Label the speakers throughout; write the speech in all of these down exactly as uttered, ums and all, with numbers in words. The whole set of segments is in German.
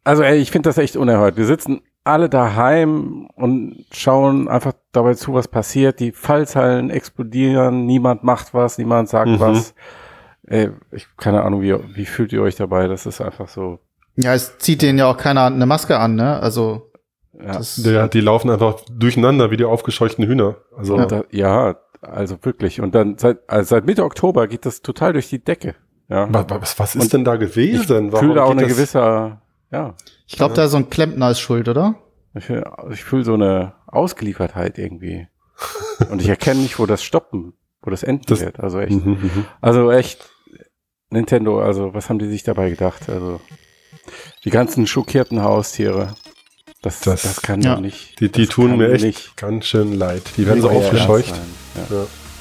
Speaker 1: Also ey, ich finde das echt unerhört. Wir sitzen alle daheim und schauen einfach dabei zu, was passiert. Die Fallzahlen explodieren, niemand macht was, niemand sagt mhm. was. Ey, ich keine Ahnung, wie, wie fühlt ihr euch dabei? Das ist einfach so.
Speaker 2: Ja, es zieht denen ja auch keiner eine Maske an, ne? Also
Speaker 3: ja. Das, ja, die laufen einfach durcheinander wie die aufgescheuchten Hühner. Also
Speaker 1: ja, da, ja also wirklich. Und dann seit, also seit Mitte Oktober geht das total durch die Decke. Ja.
Speaker 3: Was, was, was ist und denn da gewesen?
Speaker 1: Ich fühle auch eine gewisse, ja.
Speaker 2: Ich glaube, da ist so ein Klempner ist schuld, oder?
Speaker 1: Ich, ich fühle so eine Ausgeliefertheit irgendwie. Und ich erkenne nicht, wo das stoppen, wo das enden das, wird. Also echt. Also echt, Nintendo, also was haben die sich dabei gedacht? Also die ganzen schockierten Haustiere. Das, das, das kann ja nicht.
Speaker 3: Die, die tun mir echt nicht. Ganz schön leid. Die werden so aufgescheucht. Ja. Ja.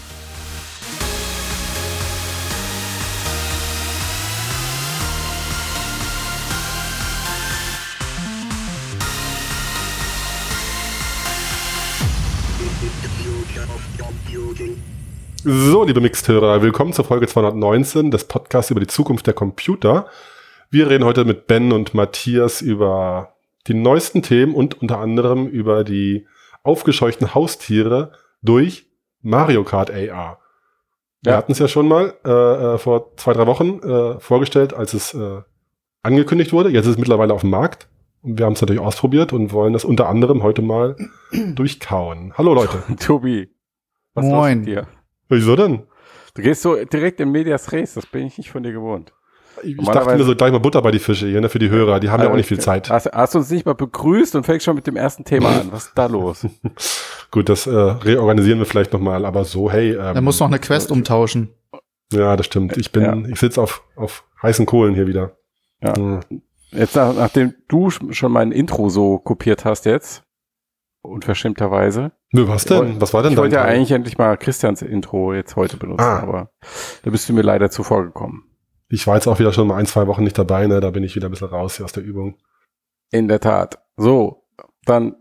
Speaker 3: So, liebe Mixed-Hörer, willkommen zur Folge zweihundertneunzehn des Podcasts über die Zukunft der Computer. Wir reden heute mit Ben und Matthias über die neuesten Themen und unter anderem über die aufgescheuchten Haustiere durch Mario Kart A R. Wir ja. hatten es ja schon mal äh, vor zwei, drei Wochen äh, vorgestellt, als es äh, angekündigt wurde. Jetzt ist es mittlerweile auf dem Markt. Und wir haben es natürlich ausprobiert und wollen das unter anderem heute mal durchkauen. Hallo Leute.
Speaker 1: Tobi, was
Speaker 2: Moin.
Speaker 1: Los mit dir?
Speaker 3: Wieso denn?
Speaker 1: Du gehst so direkt in Medias Res, das bin ich nicht von dir gewohnt.
Speaker 3: Ich dachte mir so gleich mal Butter bei die Fische hier, ne, für die Hörer, die haben also ja auch nicht viel Zeit.
Speaker 1: Hast, hast du uns nicht mal begrüßt und fängst schon mit dem ersten Thema an? Was ist da los?
Speaker 3: Gut, das äh, reorganisieren wir vielleicht nochmal, aber so, hey. Ähm,
Speaker 2: er muss noch eine Quest umtauschen.
Speaker 3: Ja, das stimmt. Ich bin, ja. ich sitze auf, auf heißen Kohlen hier wieder.
Speaker 1: Ja. Hm. Jetzt, nach, nachdem du schon mein Intro so kopiert hast jetzt, unverschämterweise.
Speaker 3: Nö, was denn? Wollt, was war denn
Speaker 1: ich
Speaker 3: da?
Speaker 1: Ich wollte ja eigentlich endlich mal Christians Intro jetzt heute benutzen, ah. aber da bist du mir leider zuvor gekommen.
Speaker 3: Ich war jetzt auch wieder schon mal ein, zwei Wochen nicht dabei, ne? Da bin ich wieder ein bisschen raus hier aus der Übung.
Speaker 1: In der Tat. So, dann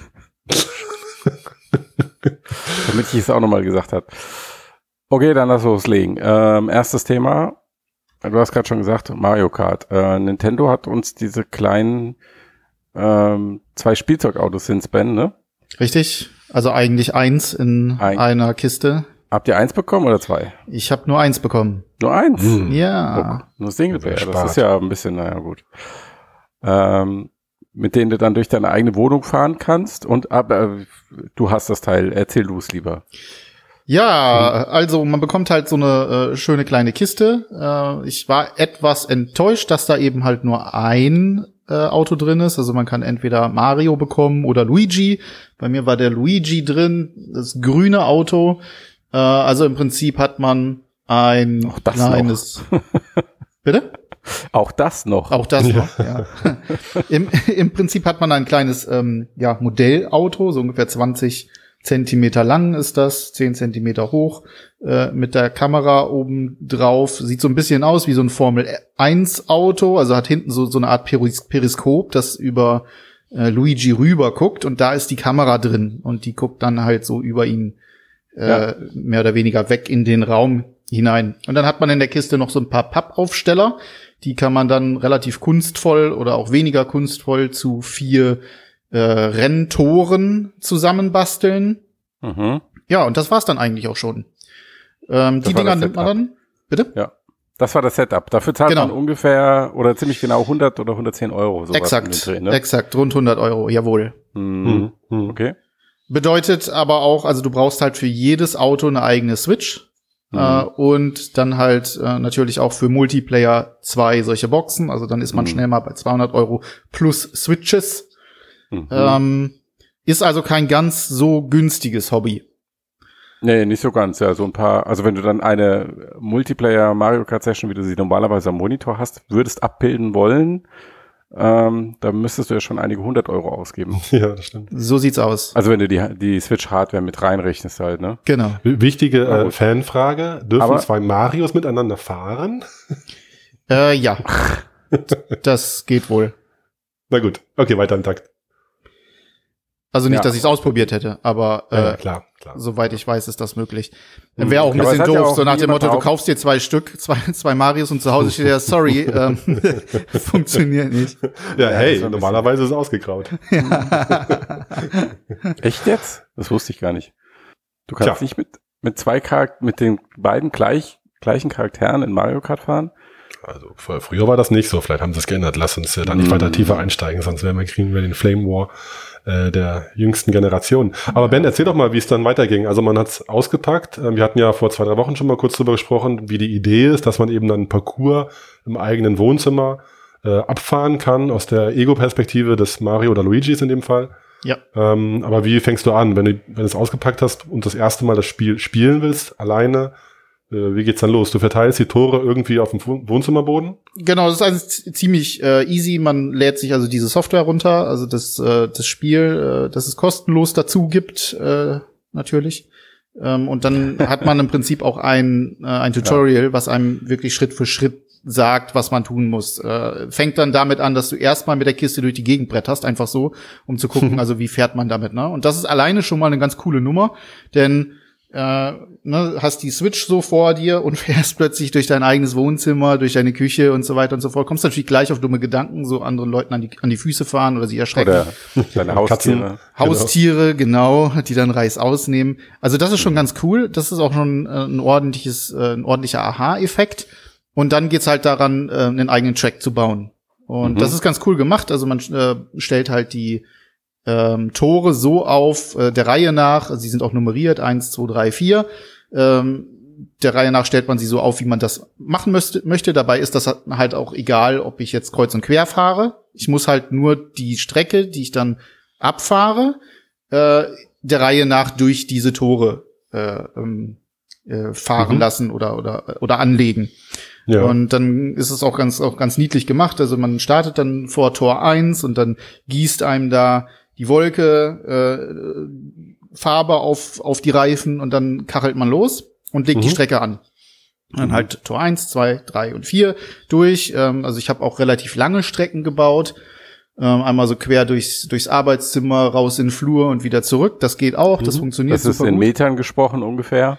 Speaker 1: damit ich es auch nochmal gesagt habe. Okay, dann lass loslegen. Ähm, erstes Thema. Du hast gerade schon gesagt, Mario Kart. Äh, Nintendo hat uns diese kleinen ähm, zwei Spielzeugautos sind, Ben, ne?
Speaker 2: Richtig. Also eigentlich eins in Ein. einer Kiste.
Speaker 1: Habt ihr eins bekommen oder zwei?
Speaker 2: Ich habe nur eins bekommen.
Speaker 1: Nur eins?
Speaker 2: Hm. Ja.
Speaker 1: Oh, nur Singleplayer. Das ist ja ein bisschen, naja, gut. Ähm, mit denen du dann durch deine eigene Wohnung fahren kannst. Und aber du hast das Teil. Erzähl du es lieber.
Speaker 2: Ja, also man bekommt halt so eine äh, schöne kleine Kiste. Äh, ich war etwas enttäuscht, dass da eben halt nur ein äh, Auto drin ist. Also man kann entweder Mario bekommen oder Luigi. Bei mir war der Luigi drin, das grüne Auto. Äh, also im Prinzip hat man ein
Speaker 1: Auch das
Speaker 2: kleines...
Speaker 1: Noch.
Speaker 2: Bitte?
Speaker 1: Auch das noch.
Speaker 2: Auch das ja. noch, ja. Im, Im Prinzip hat man ein kleines ähm, ja, Modellauto, so ungefähr zwanzig Zentimeter lang ist das, zehn Zentimeter hoch, äh, mit der Kamera oben drauf. Sieht so ein bisschen aus wie so ein Formel eins Auto, also hat hinten so so eine Art Peris- Periskop, das über äh, Luigi rüber guckt und da ist die Kamera drin und die guckt dann halt so über ihn äh, ja. mehr oder weniger weg in den Raum hinein. Und dann hat man in der Kiste noch so ein paar Pappaufsteller, die kann man dann relativ kunstvoll oder auch weniger kunstvoll zu vier Äh, Renntoren zusammenbasteln.
Speaker 1: Mhm.
Speaker 2: Ja, und das war's dann eigentlich auch schon. Ähm, die Dinger nimmt man dann. Bitte?
Speaker 1: Ja. Das war das Setup. Dafür zahlt genau. man ungefähr oder ziemlich genau hundert oder hundertzehn Euro. Sowas
Speaker 2: exakt,
Speaker 1: Dreh, ne?
Speaker 2: exakt, rund hundert Euro, jawohl.
Speaker 1: Mhm. Mhm. Okay.
Speaker 2: Bedeutet aber auch, also du brauchst halt für jedes Auto eine eigene Switch. Mhm. Äh, und dann halt äh, natürlich auch für Multiplayer zwei solche Boxen. Also dann ist man mhm. schnell mal bei zweihundert Euro plus Switches. Mhm. Ähm, ist also kein ganz so günstiges Hobby.
Speaker 1: Nee, nicht so ganz. Ja, so ein paar, also wenn du dann eine Multiplayer Mario Kart Session, wie du sie normalerweise am Monitor hast, würdest abbilden wollen, ähm, dann müsstest du ja schon einige hundert Euro ausgeben.
Speaker 3: Ja, das stimmt.
Speaker 2: So sieht's aus.
Speaker 1: Also wenn du die, die Switch-Hardware mit reinrechnest halt, ne?
Speaker 2: Genau.
Speaker 3: Wichtige äh, Fanfrage, dürfen
Speaker 1: Aber
Speaker 3: zwei Marios miteinander fahren?
Speaker 2: Äh, ja. Das geht wohl.
Speaker 3: Na gut, okay, weiter im Takt.
Speaker 2: Also nicht,
Speaker 1: ja.
Speaker 2: dass ich es ausprobiert hätte, aber äh,
Speaker 3: ja, klar, klar.
Speaker 2: soweit ich weiß, ist das möglich. Wäre auch ein
Speaker 1: Aber
Speaker 2: bisschen
Speaker 1: es hat
Speaker 2: doof,
Speaker 1: ja auch
Speaker 2: so nach
Speaker 1: nie
Speaker 2: dem
Speaker 1: jemand
Speaker 2: Motto, du
Speaker 1: behauptet-
Speaker 2: kaufst dir zwei Stück, zwei, zwei Marios und zu Hause steht ja, sorry, ähm, funktioniert nicht.
Speaker 3: Ja,
Speaker 1: Ja,
Speaker 3: hey,
Speaker 1: das war ein
Speaker 3: normalerweise ist es ausgegraut.
Speaker 1: Echt jetzt? Das wusste ich gar nicht. Du kannst
Speaker 3: Tja.
Speaker 1: nicht mit, mit zwei Charakter, mit den beiden gleich, gleichen Charakteren in Mario Kart fahren?
Speaker 3: Also fr- früher war das nicht so, vielleicht haben sie es geändert. Lass uns äh, da nicht
Speaker 1: Mm.
Speaker 3: weiter tiefer einsteigen, sonst werden wir kriegen wir den Flame War äh, der jüngsten Generation. Aber Ben, erzähl doch mal, wie es dann weiterging. Also man hat es ausgepackt. Ähm, wir hatten ja vor zwei, drei Wochen schon mal kurz drüber gesprochen, wie die Idee ist, dass man eben dann einen Parcours im eigenen Wohnzimmer äh, abfahren kann, aus der Ego-Perspektive des Mario oder Luigis in dem Fall.
Speaker 2: Ja.
Speaker 3: Ähm, aber wie fängst du an, wenn du, wenn du es ausgepackt hast und das erste Mal das Spiel spielen willst, alleine? Äh, wie geht's dann los? Du verteilst die Tore irgendwie auf dem Wohn- Wohnzimmerboden?
Speaker 2: Genau, das ist also z- ziemlich äh, easy. Man lädt sich also diese Software runter, also das, äh, das Spiel, äh, das es kostenlos dazu gibt, äh, natürlich. Ähm, und dann hat man im Prinzip auch ein, äh, ein Tutorial, was einem wirklich Schritt für Schritt sagt, was man tun muss. Äh, fängt dann damit an, dass du erstmal mit der Kiste durch die Gegend bretterst, einfach so, um zu gucken, also wie fährt man damit, ne? Und das ist alleine schon mal eine ganz coole Nummer, denn äh, ne, hast die Switch so vor dir und fährst plötzlich durch dein eigenes Wohnzimmer, durch deine Küche und so weiter und so fort. Kommst natürlich gleich auf dumme Gedanken, so anderen Leuten an die, an die Füße fahren oder sie erschrecken.
Speaker 1: Oder deine Haustiere?
Speaker 2: Haustiere, genau, die dann Reis ausnehmen. Also das ist schon ganz cool. Das ist auch schon äh, ein ordentliches, äh, ein ordentlicher Aha-Effekt. Und dann geht's halt daran, äh, einen eigenen Track zu bauen. Und
Speaker 1: Mhm.
Speaker 2: das ist ganz cool gemacht. Also man äh, stellt halt die ähm, Tore so auf äh, der Reihe nach. Also sie sind auch nummeriert, eins, zwei, drei, vier. Ähm, der Reihe nach stellt man sie so auf, wie man das machen müsste, möchte. Dabei ist das halt auch egal, ob ich jetzt kreuz und quer fahre. Ich muss halt nur die Strecke, die ich dann abfahre, äh, der Reihe nach durch diese Tore äh, ähm, äh, fahren
Speaker 3: Mhm.
Speaker 2: lassen oder oder oder anlegen.
Speaker 3: Ja.
Speaker 2: Und dann ist es auch ganz auch ganz niedlich gemacht. Also man startet dann vor Tor eins und dann gießt einem da die Wolke äh, Farbe auf auf die Reifen und dann kachelt man los und legt
Speaker 3: Mhm.
Speaker 2: die Strecke an. Dann
Speaker 3: Mhm.
Speaker 2: halt Tor eins, zwei, drei und vier durch. Ähm, also ich habe auch relativ lange Strecken gebaut. Ähm, einmal so quer durchs, durchs Arbeitszimmer, raus in den Flur und wieder zurück. Das geht auch, das
Speaker 3: Mhm.
Speaker 2: funktioniert
Speaker 1: Das ist
Speaker 2: super
Speaker 1: in
Speaker 2: gut.
Speaker 1: Metern gesprochen ungefähr.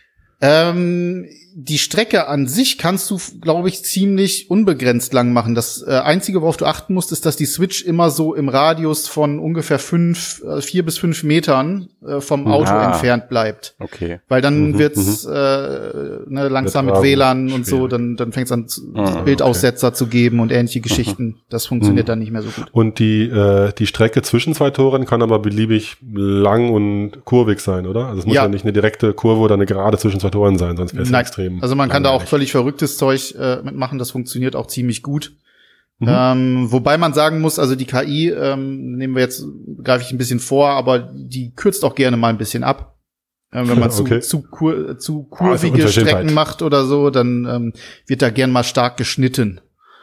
Speaker 2: Ähm, die Strecke an sich kannst du, glaube ich, ziemlich unbegrenzt lang machen. Das äh, Einzige, worauf du achten musst, ist, dass die Switch immer so im Radius von ungefähr fünf, äh, vier bis fünf Metern äh, vom Auto
Speaker 1: Ah.
Speaker 2: entfernt bleibt.
Speaker 1: Okay.
Speaker 2: Weil dann
Speaker 3: Mhm,
Speaker 2: wird's äh, ne, langsam mit
Speaker 3: Wird
Speaker 2: W L A N
Speaker 3: schwierig.
Speaker 2: und so, dann, dann fängt's an, zu-
Speaker 1: Ah,
Speaker 2: Bildaussetzer zu geben und ähnliche Geschichten. Das funktioniert
Speaker 3: Mhm.
Speaker 2: dann nicht mehr so gut.
Speaker 3: Und die, äh, die Strecke zwischen zwei Toren kann aber beliebig lang und kurvig sein, oder? Also es muss ja,
Speaker 2: Ja.
Speaker 3: nicht eine direkte Kurve oder eine Gerade zwischen zwei Toren sein, sonst wäre es
Speaker 2: Nein.
Speaker 3: extrem.
Speaker 2: Also man kann da auch
Speaker 3: langweilig.
Speaker 2: völlig verrücktes Zeug äh, mitmachen, das funktioniert auch ziemlich gut.
Speaker 3: Mhm.
Speaker 2: Ähm, wobei man sagen muss, also die K I, ähm, nehmen wir jetzt, greife ich ein bisschen vor, aber die kürzt auch gerne mal ein bisschen ab. Ähm, wenn man
Speaker 3: Okay.
Speaker 2: zu, zu, kur, zu
Speaker 3: Ah, also
Speaker 2: kurvige
Speaker 3: Unverschämtheit.
Speaker 2: Strecken macht oder so, dann ähm, wird da gern mal stark geschnitten.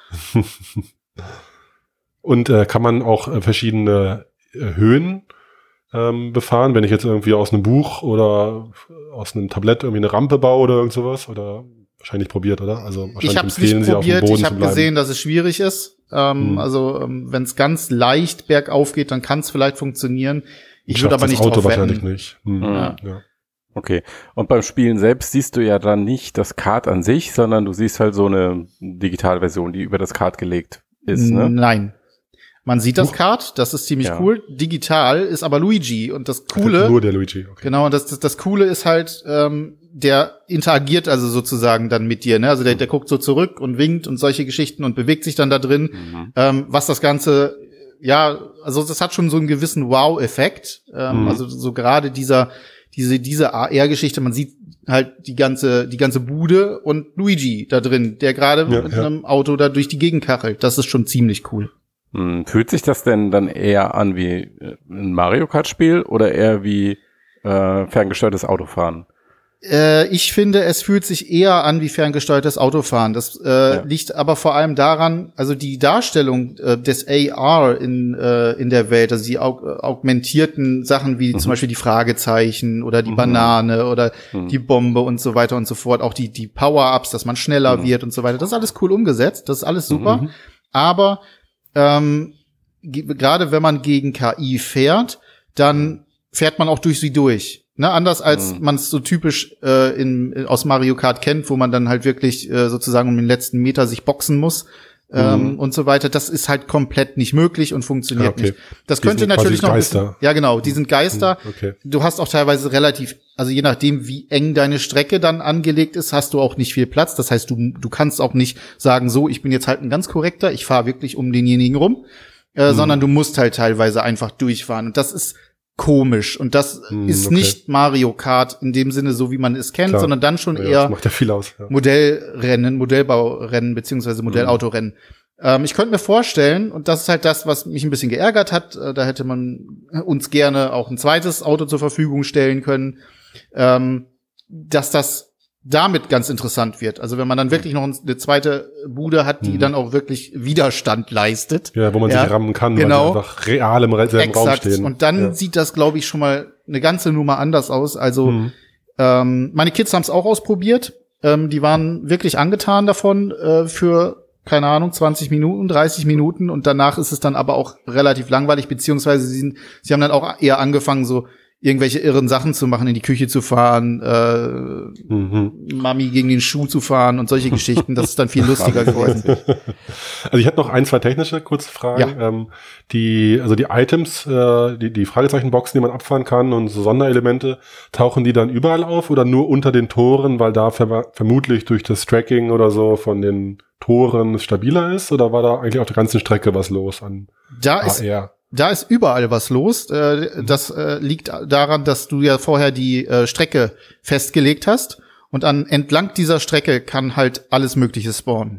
Speaker 3: Und äh, kann man auch äh, verschiedene äh, Höhen ähm, befahren, wenn ich jetzt irgendwie aus einem Buch oder aus einem Tablett irgendwie eine Rampe baue oder irgend sowas? Oder wahrscheinlich probiert, oder? Also wahrscheinlich
Speaker 2: Ich habe es nicht
Speaker 3: empfehlen sie auf dem
Speaker 2: probiert,
Speaker 3: Boden
Speaker 2: ich
Speaker 3: zu
Speaker 2: habe
Speaker 3: bleiben.
Speaker 2: gesehen, dass es schwierig ist. Ähm,
Speaker 3: Mhm.
Speaker 2: Also ähm, wenn es ganz leicht bergauf geht, dann kann es vielleicht funktionieren. Ich
Speaker 3: Schafft
Speaker 2: würde aber
Speaker 3: das
Speaker 2: nicht
Speaker 3: Auto
Speaker 2: drauf
Speaker 3: wahrscheinlich
Speaker 2: wetten.
Speaker 3: nicht. Hm.
Speaker 1: Ja.
Speaker 3: Ja.
Speaker 1: Okay. Und beim Spielen selbst siehst du ja dann nicht das Kart an sich, sondern du siehst halt so eine Digitalversion, die über das Kart gelegt ist, ne?
Speaker 2: Nein. Man sieht das
Speaker 3: Huch.
Speaker 2: Kart, das ist ziemlich
Speaker 1: Ja.
Speaker 2: cool. Digital ist aber Luigi und das Coole,
Speaker 3: Nur der Luigi, okay.
Speaker 2: genau, und das, das, das Coole ist halt, ähm, der interagiert also sozusagen dann mit dir, ne? Also der, der guckt so zurück und winkt und solche Geschichten und bewegt sich dann da drin.
Speaker 1: Mhm.
Speaker 2: Ähm, was das Ganze, ja, also das hat schon so einen gewissen Wow-Effekt. Ähm,
Speaker 3: Mhm.
Speaker 2: Also so gerade dieser, diese, diese A R-Geschichte, man sieht halt die ganze, die ganze Bude und Luigi da drin, der gerade
Speaker 3: Ja,
Speaker 2: mit
Speaker 3: ja.
Speaker 2: einem Auto da durch die Gegend kachelt. Das ist schon ziemlich cool.
Speaker 1: Hm, Fühlt sich das denn dann eher an wie äh, ein Mario Kart Spiel oder eher wie äh, ferngesteuertes Autofahren?
Speaker 2: Äh, ich finde, es fühlt sich eher an wie ferngesteuertes Autofahren. Das äh,
Speaker 1: Ja.
Speaker 2: liegt aber vor allem daran, also die Darstellung äh, des A R in äh, in der Welt, also die aug äh, augmentierten Sachen wie
Speaker 1: Mhm.
Speaker 2: zum Beispiel die Fragezeichen oder die
Speaker 1: Mhm.
Speaker 2: Banane oder
Speaker 1: Mhm.
Speaker 2: die Bombe und so weiter und so fort, auch die die Power-Ups, dass man schneller
Speaker 1: Mhm.
Speaker 2: wird und so weiter. Das ist alles cool umgesetzt, das ist alles super.
Speaker 3: Mhm.
Speaker 2: Aber ähm, ge- gerade wenn man gegen K I fährt, dann fährt man auch durch sie durch. Ne, anders als mhm. man es so typisch äh, in, aus Mario Kart kennt, wo man dann halt wirklich äh, sozusagen um den letzten Meter sich boxen muss. Ähm, mhm. und so weiter, das ist halt komplett nicht möglich und funktioniert ja, okay. nicht. Das die könnte natürlich noch
Speaker 3: Geister.
Speaker 2: Bisschen, ja genau, die sind Geister.
Speaker 3: Mhm, okay.
Speaker 2: Du hast auch teilweise relativ, also je nachdem, wie eng deine Strecke dann angelegt ist, hast du auch nicht viel Platz. Das heißt, du du kannst auch nicht sagen, so, ich bin jetzt halt ein ganz korrekter, ich fahre wirklich um denjenigen rum, äh, mhm. sondern du musst halt teilweise einfach durchfahren. Und das ist komisch. Und das hm, ist okay. nicht Mario Kart in dem Sinne, so wie man es kennt, Klar. sondern dann schon ja, eher
Speaker 3: das macht ja viel aus, ja.
Speaker 2: Modellrennen, Modellbaurennen beziehungsweise Modellautorennen. Hm. Ähm, ich könnte mir vorstellen, und das ist halt das, was mich ein bisschen geärgert hat, äh, da hätte man uns gerne auch ein zweites Auto zur Verfügung stellen können, ähm, dass das damit ganz interessant wird. Also wenn man dann wirklich noch eine zweite Bude hat, die mhm. dann auch wirklich Widerstand leistet.
Speaker 3: Ja, wo man
Speaker 2: ja,
Speaker 3: sich rammen kann,
Speaker 2: genau.
Speaker 3: weil die einfach real im selben Raum stehen.
Speaker 2: Und dann ja. sieht das, glaube ich, schon mal eine ganze Nummer anders aus. Also mhm. ähm, meine Kids haben es auch ausprobiert. Ähm, die waren wirklich angetan davon äh, für, keine Ahnung, zwanzig Minuten, dreißig Minuten. Und danach ist es dann aber auch relativ langweilig, beziehungsweise sie, sind, sie haben dann auch eher angefangen, so irgendwelche irren Sachen zu machen, in die Küche zu fahren, äh, mhm. Mami gegen den Schuh zu fahren und solche Geschichten. Das ist dann viel lustiger geworden.
Speaker 3: Also ich hatte noch ein, zwei technische kurze Fragen. Ja. Ähm, die, also die Items, äh, die, die Fragezeichenboxen, die man abfahren kann und so Sonderelemente, tauchen die dann überall auf oder nur unter den Toren, weil da ver- vermutlich durch das Tracking oder so von den Toren stabiler ist? Oder war da eigentlich auf der ganzen Strecke was los an
Speaker 2: da ist,
Speaker 3: A R?
Speaker 2: Da ist überall was los. Das liegt daran, dass du ja vorher die Strecke festgelegt hast und an entlang dieser Strecke kann halt alles Mögliche spawnen.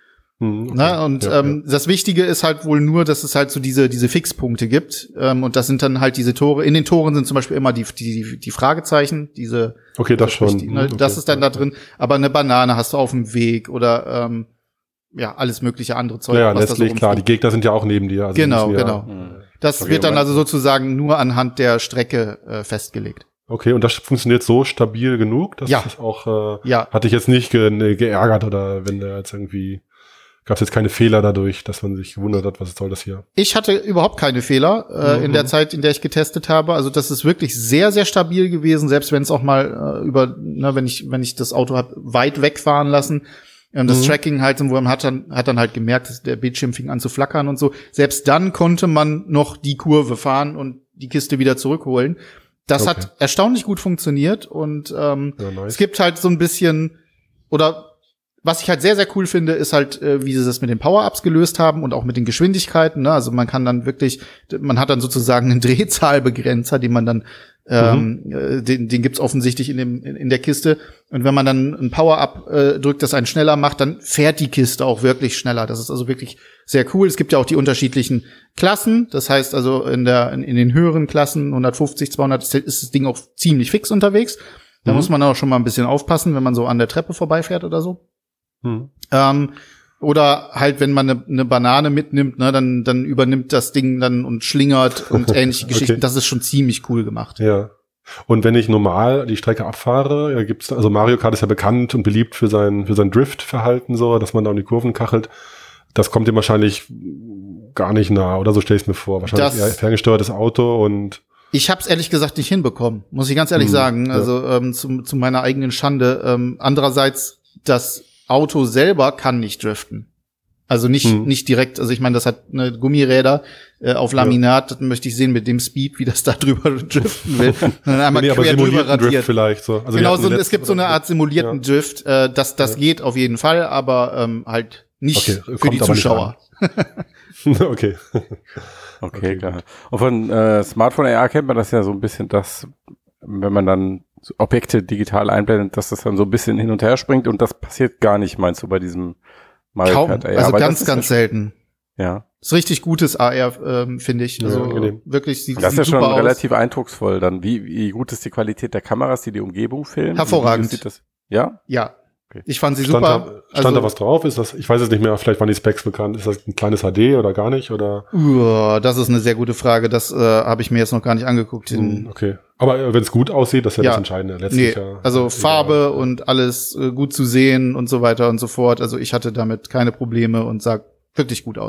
Speaker 2: Hm, okay. Na, und ja, ähm, ja. das Wichtige ist halt wohl nur, dass es halt so diese diese Fixpunkte gibt. Ähm, und das sind dann halt diese Tore. In den Toren sind zum Beispiel immer die die die Fragezeichen. Diese.
Speaker 3: Okay, das schon.
Speaker 2: Die, ne, okay. Das ist dann da drin. Aber eine Banane hast du auf dem Weg oder ähm, ja, alles mögliche andere Zeug.
Speaker 3: Ja, was letztlich, da so klar, die Gegner sind ja auch neben dir. Also
Speaker 2: genau,
Speaker 3: ja,
Speaker 2: genau. Äh, das okay, wird dann also sozusagen nur anhand der Strecke äh, festgelegt.
Speaker 3: Okay, und das funktioniert so stabil genug, dass
Speaker 2: ja.
Speaker 3: das auch, äh,
Speaker 2: ja.
Speaker 3: hatte ich jetzt nicht ge- ne, geärgert oder wenn da jetzt irgendwie, gab es jetzt keine Fehler dadurch, dass man sich gewundert hat, was soll das hier?
Speaker 2: Ich hatte überhaupt keine Fehler äh, mhm. in der Zeit, in der ich getestet habe. Also das ist wirklich sehr, sehr stabil gewesen, selbst wenn es auch mal äh, über, ne, wenn ich, wenn ich das Auto hab weit wegfahren lassen. Das mhm. Tracking halt, wo man hat dann, hat dann halt gemerkt, dass der Bildschirm fing an zu flackern und so. Selbst dann konnte man noch die Kurve fahren und die Kiste wieder zurückholen. Das okay. hat erstaunlich gut funktioniert und ähm, ja, nice. Es gibt halt so ein bisschen, oder was ich halt sehr, sehr cool finde, ist halt, äh, wie sie das mit den Power-Ups gelöst haben und auch mit den Geschwindigkeiten. Ne? Also man kann dann wirklich, man hat dann sozusagen einen Drehzahlbegrenzer, den man dann Ähm, mhm. den, den gibt's offensichtlich in dem in, in der Kiste. Und wenn man dann ein Power-Up äh, drückt, das einen schneller macht, dann fährt die Kiste auch wirklich schneller. Das ist also wirklich sehr cool. Es gibt ja auch die unterschiedlichen Klassen. Das heißt also in der in, in den höheren Klassen hundertfünfzig, zweihundert ist das Ding auch ziemlich fix unterwegs. Da mhm. muss man auch schon mal ein bisschen aufpassen, wenn man so an der Treppe vorbeifährt oder so. Mhm. Ähm, Oder halt, wenn man eine, eine Banane mitnimmt, ne, dann, dann übernimmt das Ding dann und schlingert und ähnliche okay. Geschichten. Das ist schon ziemlich cool gemacht.
Speaker 3: Ja. Und wenn ich normal die Strecke abfahre, ja, gibt's, also Mario Kart ist ja bekannt und beliebt für sein, für sein Drift-Verhalten so, dass man da um die Kurven kachelt. Das kommt dem wahrscheinlich gar nicht nah, oder so stelle ich es mir vor. Wahrscheinlich das, eher ferngesteuertes Auto und
Speaker 2: ich hab's ehrlich gesagt nicht hinbekommen, muss ich ganz ehrlich hm, sagen. Ja. Also ähm, zu, zu meiner eigenen Schande. Ähm, andererseits, das Auto selber kann nicht driften. Also nicht hm. nicht direkt, also ich meine, das hat eine Gummiräder äh, auf Laminat, ja. Das möchte ich sehen mit dem Speed, wie das da drüber driften will. Und dann einmal nee, quer drüber radiert.
Speaker 3: Drift vielleicht so. Also
Speaker 2: genau, so, es gibt so eine Art simulierten ja. Drift, äh, das das ja. geht auf jeden Fall, aber ähm, halt nicht okay, für die Zuschauer.
Speaker 3: okay.
Speaker 1: Okay, klar. Und von äh, Smartphone A R kennt man das ja so ein bisschen, dass wenn man dann Objekte digital einblendet, dass das dann so ein bisschen hin und her springt und das passiert gar nicht, meinst du, bei diesem Mario Kart A R?
Speaker 2: Also ganz, ganz selten.
Speaker 1: Ja.
Speaker 2: Das ist richtig gutes A R, ähm, finde ich. Also ja, wirklich sieht,
Speaker 1: das
Speaker 2: sieht
Speaker 1: ist ja
Speaker 2: super
Speaker 1: schon
Speaker 2: aus.
Speaker 1: Relativ eindrucksvoll dann. Wie, wie gut ist die Qualität der Kameras, die die Umgebung filmen?
Speaker 2: Hervorragend.
Speaker 1: Sieht das? Ja?
Speaker 2: Ja. Okay. Ich fand sie
Speaker 3: stand
Speaker 2: super.
Speaker 3: Da, stand also, da was drauf? Ist das, ich weiß es nicht mehr, vielleicht waren die Specs bekannt. Ist das ein kleines H D oder gar nicht? Oder?
Speaker 2: Uh, das ist eine sehr gute Frage. Das äh, habe ich mir jetzt noch gar nicht angeguckt.
Speaker 3: Mm, okay. Aber äh, wenn es gut aussieht, das ist ja, ja das Entscheidende. Letztlich
Speaker 2: nee,
Speaker 3: ja,
Speaker 2: also Farbe egal. Und alles äh, gut zu sehen und so weiter und so fort. Also ich hatte damit keine Probleme und sah wirklich gut aus.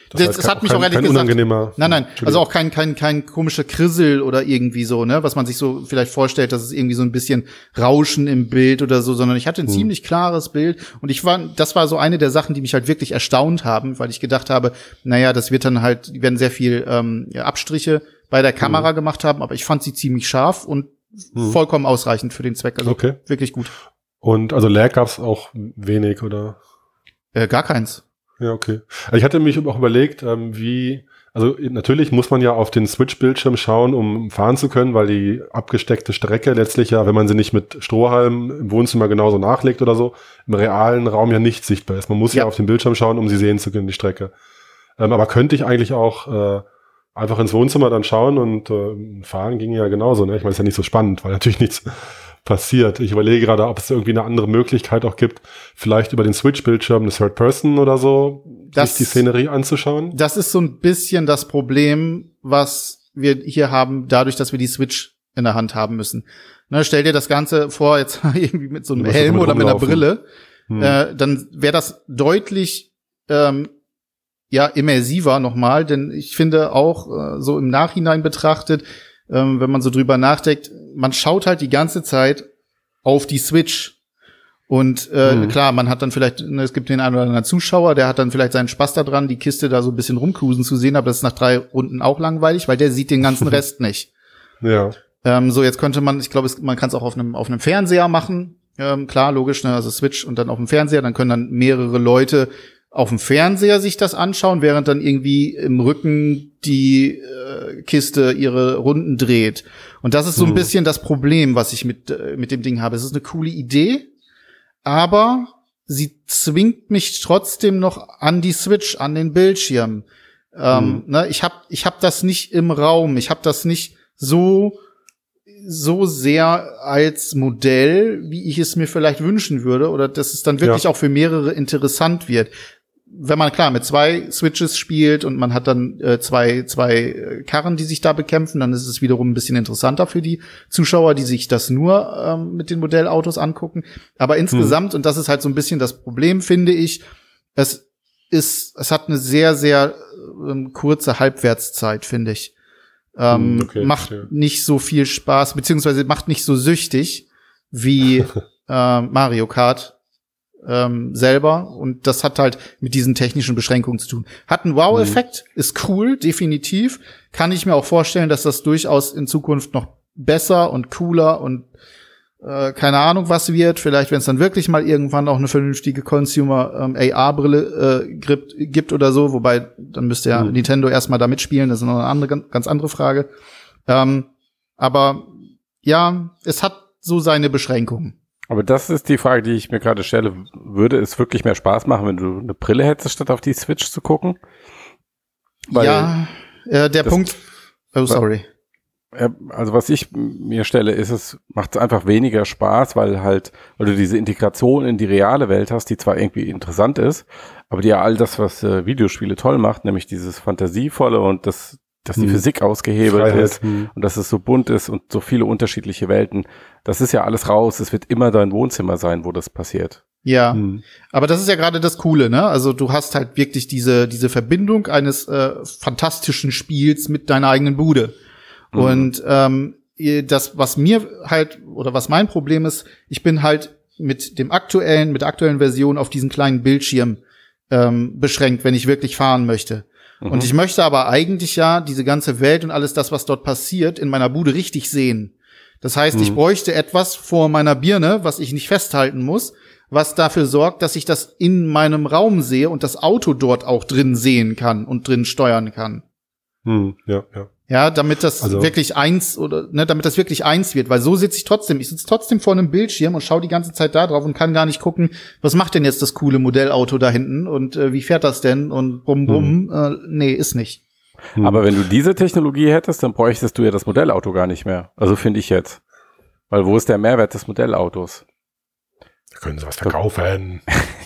Speaker 2: Das, das, das hat mich kein, auch ehrlich
Speaker 3: kein
Speaker 2: gesagt.
Speaker 3: Unangenehmer,
Speaker 2: nein, nein, also auch kein, kein, kein komischer Krissel oder irgendwie so, ne, was man sich so vielleicht vorstellt, dass es irgendwie so ein bisschen Rauschen im Bild oder so, sondern ich hatte ein hm. ziemlich klares Bild und ich war, das war so eine der Sachen, die mich halt wirklich erstaunt haben, weil ich gedacht habe, naja, das wird dann halt, die werden sehr viel ähm, ja, Abstriche bei der Kamera hm. gemacht haben, aber ich fand sie ziemlich scharf und hm. vollkommen ausreichend für den Zweck, also
Speaker 3: okay.
Speaker 2: wirklich gut.
Speaker 3: Und also Lag gab's auch wenig, oder?
Speaker 2: Äh, gar keins.
Speaker 3: Ja, okay. Also ich hatte mich auch überlegt, ähm, wie, also natürlich muss man ja auf den Switch-Bildschirm schauen, um fahren zu können, weil die abgesteckte Strecke letztlich ja, wenn man sie nicht mit Strohhalm im Wohnzimmer genauso nachlegt oder so, im realen Raum ja nicht sichtbar ist. Man muss ja, ja auf den Bildschirm schauen, um sie sehen zu können, die Strecke. Ähm, aber könnte ich eigentlich auch äh, einfach ins Wohnzimmer dann schauen und äh, fahren ging ja genauso, ne? Ich meine, ist ja nicht so spannend, weil natürlich nichts passiert. Ich überlege gerade, ob es irgendwie eine andere Möglichkeit auch gibt, vielleicht über den Switch-Bildschirm eine Third Person oder so, das, sich die Szenerie anzuschauen.
Speaker 2: Das ist so ein bisschen das Problem, was wir hier haben, dadurch, dass wir die Switch in der Hand haben müssen. Ne, stell dir das Ganze vor, jetzt irgendwie mit so einem Helm oder mit einer Brille, hm. äh, dann wäre das deutlich ähm, ja immersiver nochmal, denn ich finde auch äh, so im Nachhinein betrachtet, ähm, wenn man so drüber nachdenkt, man schaut halt die ganze Zeit auf die Switch. Und äh, mhm. klar, man hat dann vielleicht, ne, es gibt den einen oder anderen Zuschauer, der hat dann vielleicht seinen Spaß daran, die Kiste da so ein bisschen rumcruisen zu sehen, aber das ist nach drei Runden auch langweilig, weil der sieht den ganzen Rest nicht.
Speaker 3: Ja.
Speaker 2: Ähm, so, jetzt könnte man, ich glaube, man kann es auch auf einem auf einem Fernseher machen. Ähm, klar, logisch, ne, also Switch und dann auf dem Fernseher, dann können dann mehrere Leute auf dem Fernseher sich das anschauen, während dann irgendwie im Rücken die äh, Kiste ihre Runden dreht. Und das ist so ein hm. bisschen das Problem, was ich mit äh, mit dem Ding habe. Es ist eine coole Idee, aber sie zwingt mich trotzdem noch an die Switch, an den Bildschirm. Ähm, hm. ne, ich hab ich hab das nicht im Raum, ich hab das nicht so so sehr als Modell, wie ich es mir vielleicht wünschen würde, oder dass es dann wirklich ja. auch für mehrere interessant wird. Wenn man klar mit zwei Switches spielt und man hat dann äh, zwei zwei Karren, die sich da bekämpfen, dann ist es wiederum ein bisschen interessanter für die Zuschauer, die sich das nur ähm, mit den Modellautos angucken. Aber insgesamt, hm. und das ist halt so ein bisschen das Problem, finde ich, es ist, es hat eine sehr, sehr ähm, kurze Halbwertszeit, finde ich. Ähm, okay, macht okay. nicht so viel Spaß, beziehungsweise macht nicht so süchtig wie äh, Mario Kart ähm, selber. Und das hat halt mit diesen technischen Beschränkungen zu tun. Hat einen Wow-Effekt, mhm. ist cool, definitiv. Kann ich mir auch vorstellen, dass das durchaus in Zukunft noch besser und cooler und äh, keine Ahnung was wird. Vielleicht, wenn es dann wirklich mal irgendwann auch eine vernünftige Consumer-A R-Brille äh, gibt, gibt oder so. Wobei, dann müsste ja mhm. Nintendo erstmal da mitspielen. Das ist noch eine andere, ganz andere Frage. Ähm, aber ja, es hat so seine Beschränkungen.
Speaker 1: Aber das ist die Frage, die ich mir gerade stelle. Würde es wirklich mehr Spaß machen, wenn du eine Brille hättest, statt auf die Switch zu gucken? Weil
Speaker 2: ja, äh, der Punkt. Oh, sorry.
Speaker 1: Also was ich mir stelle, ist, es macht einfach weniger Spaß, weil halt, weil du diese Integration in die reale Welt hast, die zwar irgendwie interessant ist, aber die ja all das, was äh, Videospiele toll macht, nämlich dieses Fantasievolle und das, dass die hm. Physik ausgehebelt Freiheit. ist hm. und dass es so bunt ist und so viele unterschiedliche Welten, das ist ja alles raus. Es wird immer dein Wohnzimmer sein, wo das passiert.
Speaker 2: Ja, hm. aber das ist ja gerade das Coole, ne? Also du hast halt wirklich diese diese Verbindung eines äh, fantastischen Spiels mit deiner eigenen Bude. Mhm. Und ähm, das, was mir halt oder was mein Problem ist, ich bin halt mit dem aktuellen, mit der aktuellen Version auf diesen kleinen Bildschirm ähm, beschränkt, wenn ich wirklich fahren möchte. Mhm. Und ich möchte aber eigentlich ja diese ganze Welt und alles das, was dort passiert, in meiner Bude richtig sehen. Das heißt, mhm. ich bräuchte etwas vor meiner Birne, was ich nicht festhalten muss, was dafür sorgt, dass ich das in meinem Raum sehe und das Auto dort auch drin sehen kann und drin steuern kann.
Speaker 3: Mhm. Ja, ja.
Speaker 2: Ja, damit das also wirklich eins oder ne, damit das wirklich eins wird, weil so sitze ich trotzdem, ich sitze trotzdem vor einem Bildschirm und schaue die ganze Zeit da drauf und kann gar nicht gucken, was macht denn jetzt das coole Modellauto da hinten und äh, wie fährt das denn und bum bum, hm. äh, nee, ist nicht.
Speaker 1: Hm. Aber wenn du diese Technologie hättest, dann bräuchtest du ja das Modellauto gar nicht mehr. Also finde ich jetzt. Weil wo ist der Mehrwert des Modellautos?
Speaker 3: Da können sie was verkaufen.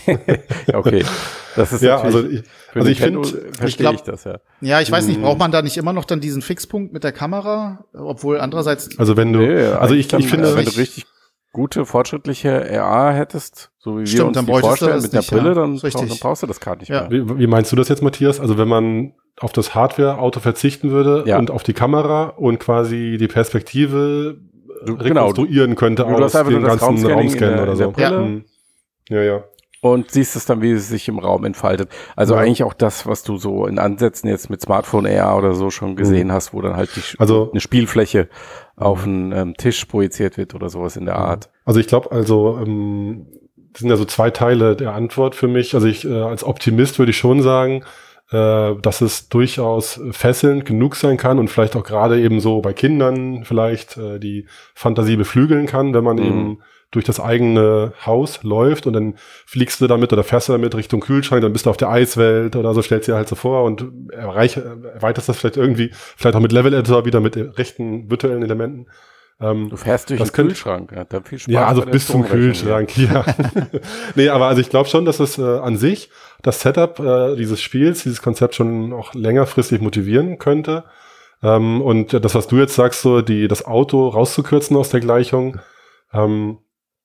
Speaker 1: Ja, okay. Das ist
Speaker 3: ja, also ich, also ich finde,
Speaker 1: verstehe ich das, ja.
Speaker 2: Ja, ich weiß nicht, braucht man da nicht immer noch dann diesen Fixpunkt mit der Kamera? Obwohl andererseits.
Speaker 3: Also wenn du,
Speaker 1: nee,
Speaker 3: also ich, ich finde,
Speaker 1: wenn du richtig gute, fortschrittliche R A hättest, so wie
Speaker 2: Stimmt,
Speaker 1: wir uns
Speaker 2: dann
Speaker 1: die
Speaker 2: bräuchtest du
Speaker 1: vorstellen,
Speaker 2: das
Speaker 1: mit der
Speaker 2: nicht,
Speaker 1: Brille,
Speaker 2: ja.
Speaker 1: dann,
Speaker 2: Richtig.
Speaker 1: brauch, dann brauchst du das gar nicht
Speaker 2: Ja.
Speaker 1: mehr.
Speaker 3: Wie, wie meinst du das jetzt, Matthias? Also wenn man auf das Hardware-Auto verzichten würde
Speaker 1: Ja.
Speaker 3: und auf die Kamera und quasi die Perspektive
Speaker 1: Du-
Speaker 3: rekonstruieren könnte
Speaker 1: Du- du hast
Speaker 3: aus
Speaker 1: einfach
Speaker 3: dem
Speaker 1: nur das
Speaker 3: ganzen
Speaker 1: Raumscanning
Speaker 3: Raumscan
Speaker 1: in der-
Speaker 3: oder
Speaker 1: in der
Speaker 3: so.
Speaker 1: Brille.
Speaker 3: Mhm. Ja, ja.
Speaker 1: Und siehst es dann, wie es sich im Raum entfaltet. Also
Speaker 3: Ja.
Speaker 1: eigentlich auch das, was du so in Ansätzen jetzt mit Smartphone-A R oder so schon gesehen
Speaker 3: Mhm.
Speaker 1: hast, wo dann halt die,
Speaker 3: Also-
Speaker 1: eine Spielfläche auf einen ähm, Tisch projiziert wird oder sowas in der Art.
Speaker 3: Also ich glaube, also ähm, das sind ja so zwei Teile der Antwort für mich. Also ich äh, als Optimist würde ich schon sagen, äh, dass es durchaus fesselnd genug sein kann und vielleicht auch gerade eben so bei Kindern vielleicht äh, die Fantasie beflügeln kann, wenn man
Speaker 1: Mhm.
Speaker 3: eben durch das eigene Haus läuft und dann fliegst du damit oder fährst du damit Richtung Kühlschrank, dann bist du auf der Eiswelt oder so, stellst dir halt so vor und erreich, erweiterst das vielleicht irgendwie, vielleicht auch mit Level-Editor wieder mit rechten virtuellen Elementen. Ähm,
Speaker 1: Du fährst durch
Speaker 3: das
Speaker 1: den
Speaker 3: könnte-
Speaker 1: Kühlschrank. Ja, dann viel Spaß
Speaker 3: ja, also
Speaker 1: bei der
Speaker 3: bis zum
Speaker 1: Stromrechnung,
Speaker 3: Kühlschrank, ja. Nee, aber also ich glaube schon, dass es äh, an sich das Setup äh, dieses Spiels, dieses Konzept schon auch längerfristig motivieren könnte. Ähm, und das, was du jetzt sagst, so die das Auto rauszukürzen aus der Gleichung, ähm,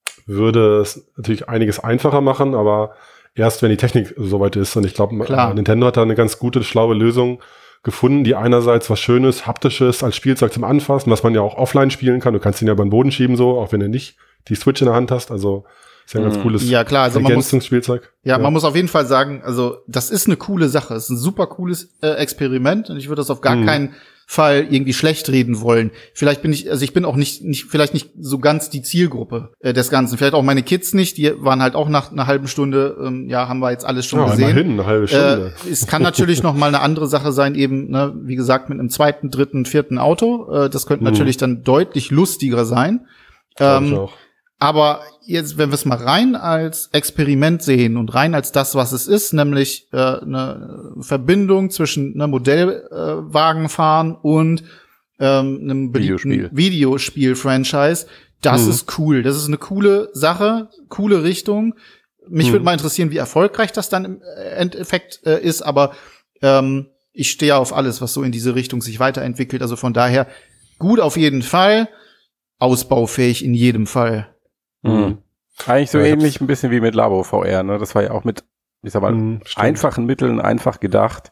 Speaker 3: würde es natürlich einiges einfacher machen, aber erst wenn die Technik soweit ist. Und ich glaube,
Speaker 2: Klar.
Speaker 3: Nintendo hat da eine ganz gute, schlaue Lösung gefunden, die einerseits was Schönes, Haptisches als Spielzeug zum Anfassen, was man ja auch offline spielen kann. Du kannst ihn ja über den Boden schieben, so, auch wenn du nicht die Switch in der Hand hast. Also ist ja ein ganz
Speaker 1: Mhm.
Speaker 3: cooles
Speaker 2: Ja, klar, also man muss,
Speaker 3: Ergänzungsspielzeug.
Speaker 2: ja, man muss auf jeden Fall sagen, also das ist eine coole Sache. Es ist ein super cooles äh, Experiment und ich würde das auf gar
Speaker 3: Mhm.
Speaker 2: keinen Fall irgendwie schlecht reden wollen. Vielleicht bin ich, also ich bin auch nicht, nicht vielleicht nicht so ganz die Zielgruppe äh, des Ganzen. Vielleicht auch meine Kids nicht. Die waren halt auch nach einer halben Stunde, ähm, ja, haben wir jetzt alles schon
Speaker 3: Ja,
Speaker 2: gesehen.
Speaker 3: immerhin, eine halbe Stunde.
Speaker 2: Äh, es kann natürlich noch mal eine andere Sache sein, eben, ne, wie gesagt, mit einem zweiten, dritten, vierten Auto. Äh, das könnte
Speaker 3: Mhm.
Speaker 2: natürlich dann deutlich lustiger sein.
Speaker 3: Glaub ich
Speaker 2: Ähm,
Speaker 3: auch.
Speaker 2: aber jetzt, wenn wir es mal rein als Experiment sehen und rein als das, was es ist, nämlich äh, eine Verbindung zwischen einer Modellwagenfahren und ähm, einem beliebten
Speaker 1: Videospiel.
Speaker 2: Videospiel-Franchise, das
Speaker 3: Mhm.
Speaker 2: ist cool. Das ist eine coole Sache, coole Richtung. Mich
Speaker 3: Mhm.
Speaker 2: würde mal interessieren, wie erfolgreich das dann im Endeffekt äh, ist, aber ähm, ich stehe auf alles, was so in diese Richtung sich weiterentwickelt. Also von daher gut auf jeden Fall, ausbaufähig in jedem Fall.
Speaker 1: Mhm. Eigentlich so
Speaker 3: Ja, ich
Speaker 1: ähnlich
Speaker 3: hab's-
Speaker 1: ein bisschen wie mit Labo V R, ne? Das war ja auch mit, ich sag mal,
Speaker 3: Mhm, stimmt.
Speaker 1: einfachen Mitteln, einfach gedacht,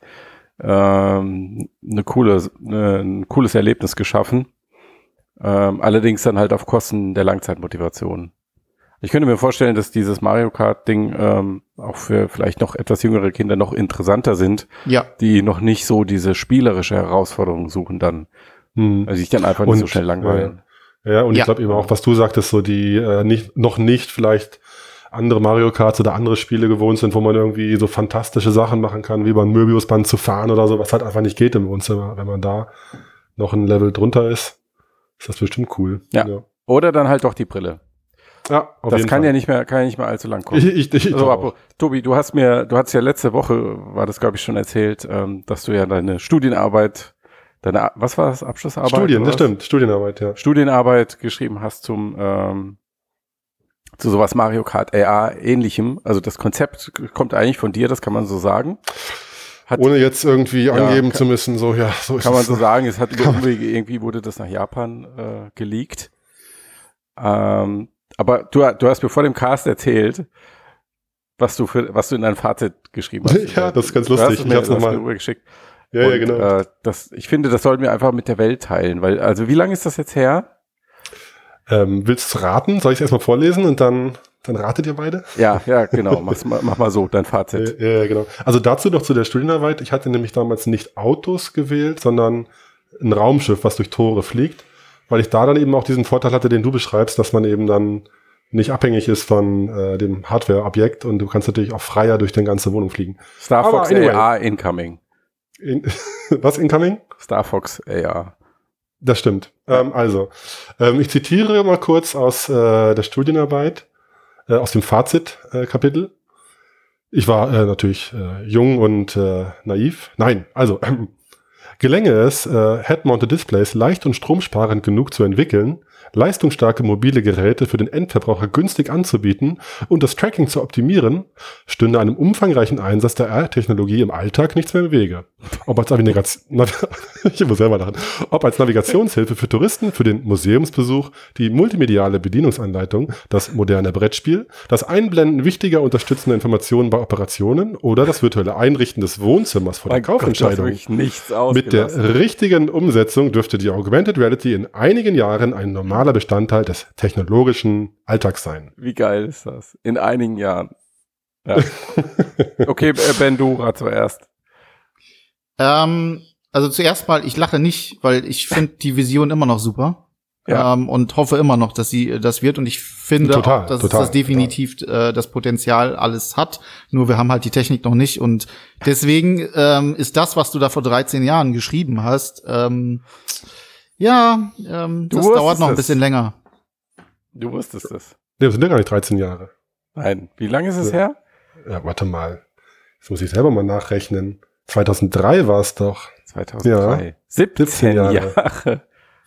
Speaker 1: ähm, eine coole, ne, ein cooles Erlebnis geschaffen. Ähm, allerdings dann halt auf Kosten der Langzeitmotivation. Ich könnte mir vorstellen, dass dieses Mario Kart-Ding ähm, auch für vielleicht noch etwas jüngere Kinder noch interessanter sind,
Speaker 2: Ja,
Speaker 1: die noch nicht so diese spielerische Herausforderung suchen dann.
Speaker 3: Mhm.
Speaker 1: Also sich dann einfach nicht
Speaker 3: Und,
Speaker 1: so schnell langweilen.
Speaker 3: Ja, und
Speaker 2: Ja.
Speaker 3: ich glaube eben auch, was du sagtest, so die äh, nicht noch nicht vielleicht andere Mario Karts oder andere Spiele gewohnt sind, wo man irgendwie so fantastische Sachen machen kann, wie beim Möbiusband zu fahren oder so, was halt einfach nicht geht im Wohnzimmer. Wenn man da noch ein Level drunter ist, ist das bestimmt cool.
Speaker 1: Ja. Oder dann halt doch die Brille.
Speaker 3: Ja, auf
Speaker 1: das
Speaker 3: jeden
Speaker 1: kann
Speaker 3: Fall.
Speaker 1: ja nicht mehr, kann ja nicht mehr allzu lang kommen.
Speaker 3: Ich, ich, ich, ich
Speaker 1: Also,
Speaker 3: auch.
Speaker 1: Apo, Tobi, du hast mir, du hast ja letzte Woche, war das glaube ich schon erzählt, ähm, dass du ja deine Studienarbeit, deine, was war das, Abschlussarbeit?
Speaker 3: Studien,
Speaker 1: oder
Speaker 3: das
Speaker 1: was?
Speaker 3: stimmt, Studienarbeit, ja.
Speaker 1: Studienarbeit geschrieben hast zum, ähm, zu sowas Mario Kart A R ähnlichem. Also das Konzept kommt eigentlich von dir, das kann man so sagen. Hat,
Speaker 3: Ohne jetzt irgendwie
Speaker 1: Ja,
Speaker 3: angeben
Speaker 1: kann-
Speaker 3: zu müssen, so, ja, so ist
Speaker 1: kann man
Speaker 3: es.
Speaker 1: so sagen, es hat über Umwege, irgendwie wurde das nach Japan äh, geleakt. Ähm, aber du, du hast mir vor dem Cast erzählt, was du für, was du in dein Fazit geschrieben hast.
Speaker 3: Ja, das ist ganz
Speaker 1: Du hast
Speaker 3: lustig.
Speaker 1: es
Speaker 3: Ich
Speaker 1: mir,
Speaker 3: hab's
Speaker 1: du hast
Speaker 3: noch
Speaker 1: mir
Speaker 3: mal-
Speaker 1: rübergeschickt.
Speaker 3: Ja, ja,
Speaker 1: Und,
Speaker 3: genau.
Speaker 1: Äh, das, ich finde, das sollten wir einfach mit der Welt teilen, weil, also wie lange ist das jetzt her?
Speaker 3: Ähm, willst du raten? Soll ich es erstmal vorlesen und dann, dann ratet ihr beide?
Speaker 1: Ja, ja, genau. Mach's mal, mach mal so, dein Fazit.
Speaker 3: Ja, ja, genau. Also dazu noch zu der Studienarbeit. Ich hatte nämlich damals nicht Autos gewählt, sondern ein Raumschiff, was durch Tore fliegt, weil ich da dann eben auch diesen Vorteil hatte, den du beschreibst, dass man eben dann nicht abhängig ist von äh, dem Hardware-Objekt und du kannst natürlich auch freier durch die ganze Wohnung fliegen.
Speaker 1: Star
Speaker 3: Aber
Speaker 1: Fox
Speaker 3: anyway.
Speaker 1: A R incoming.
Speaker 3: In, was incoming?
Speaker 1: Star Fox A R.
Speaker 3: Das stimmt. Ähm, also, ähm, ich zitiere mal kurz aus äh, der Studienarbeit, äh, aus dem Fazit-Kapitel. Ich war äh, natürlich äh, jung und äh, naiv. Nein, also, ähm, gelänge es, äh, Head-Mounted Displays leicht und stromsparend genug zu entwickeln, leistungsstarke mobile Geräte für den Endverbraucher günstig anzubieten und das Tracking zu optimieren, stünde einem umfangreichen Einsatz der A R-Technologie im Alltag nichts mehr im Wege. Ob als, Navigation, ich muss selber lachen. Ob als Navigationshilfe für Touristen, für den Museumsbesuch, die multimediale Bedienungsanleitung, das moderne Brettspiel, das Einblenden wichtiger unterstützender Informationen bei Operationen oder das virtuelle Einrichten des Wohnzimmers vor der Kaufentscheidung. Mit der richtigen Umsetzung dürfte die Augmented Reality in einigen Jahren ein normaler Bestandteil des technologischen Alltags sein.
Speaker 1: Wie geil ist das? In einigen Jahren. Ja. Okay, Ben, du rat zuerst.
Speaker 2: Ähm, also zuerst mal, ich lache nicht, weil ich finde die Vision immer noch super.
Speaker 1: Ja.
Speaker 2: Ähm, und hoffe immer noch, dass sie das wird. Und ich finde
Speaker 3: total,
Speaker 2: auch, dass
Speaker 3: total,
Speaker 2: das definitiv äh, das Potenzial alles hat. Nur wir haben halt die Technik noch nicht. Und deswegen ähm, ist das, was du da vor dreizehn Jahren geschrieben hast, ähm, ja, ähm, das dauert noch ein bisschen länger.
Speaker 1: Du wusstest es.
Speaker 3: Nee, das sind ja gar nicht dreizehn Jahre.
Speaker 1: Nein. Wie lange ist es
Speaker 3: ja.
Speaker 1: her?
Speaker 3: Ja, warte mal. Jetzt muss ich selber mal nachrechnen. zweitausenddrei war es doch.
Speaker 1: zweitausenddrei.
Speaker 3: Ja.
Speaker 1: siebzehn Jahre. Jahre.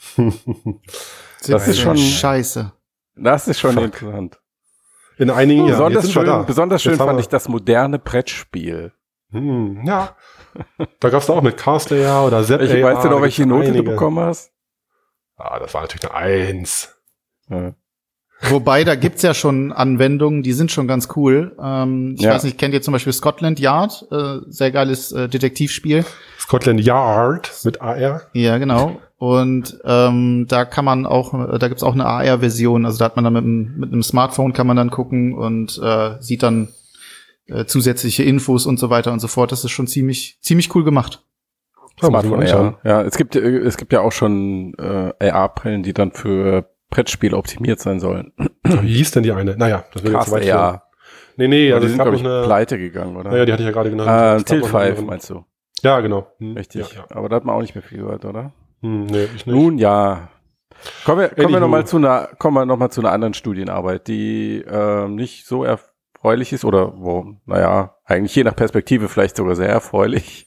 Speaker 2: Das ist schon scheiße.
Speaker 1: Das ist schon
Speaker 3: Fuck.
Speaker 1: interessant.
Speaker 3: In einigen Jahren.
Speaker 1: Besonders schön,
Speaker 3: da.
Speaker 1: besonders schön fand
Speaker 3: wir.
Speaker 1: ich das moderne Brettspiel.
Speaker 3: Hm, ja. Da gab es auch mit Castlayer oder Zap.
Speaker 1: Ich weiß du noch, welche Note einige. du bekommen hast?
Speaker 3: Ah, das war natürlich eine Eins.
Speaker 1: Ja.
Speaker 2: Wobei, da gibt's ja schon Anwendungen, die sind schon ganz cool. Ähm, ich
Speaker 1: ja.
Speaker 2: weiß nicht, kennt ihr zum Beispiel Scotland Yard? Äh, sehr geiles äh, Detektivspiel.
Speaker 3: Scotland Yard mit A R?
Speaker 2: Ja, genau. Und ähm, da kann man auch, da gibt's auch eine A R-Version. Also da hat man dann mit einem, mit einem Smartphone kann man dann gucken und äh, sieht dann äh, zusätzliche Infos und so weiter und so fort. Das ist schon ziemlich, ziemlich cool gemacht.
Speaker 1: Smartphone, ja. Ja, es gibt, es gibt ja auch schon äh, A R-Brillen, die dann für Brettspiele optimiert sein sollen.
Speaker 3: Wie hieß denn die eine? Naja, das wird jetzt weit
Speaker 1: führen.
Speaker 3: Nee, nee,
Speaker 1: aber
Speaker 3: also
Speaker 1: die sind, glaube ich, eine, pleite gegangen, oder?
Speaker 3: Naja, die hatte ich ja gerade genannt.
Speaker 1: Äh, Tilt fünf, meinst du?
Speaker 3: Ja, genau.
Speaker 1: Hm, Richtig. Ja, ja. Aber da hat man auch nicht mehr viel gehört, oder?
Speaker 3: Hm, nee, ich nicht.
Speaker 1: Nun, ja. Kommen wir, kommen wir nochmal zu einer, kommen wir noch mal zu einer anderen Studienarbeit, die äh, nicht so erfreulich ist oder wo, naja, eigentlich je nach Perspektive vielleicht sogar sehr erfreulich.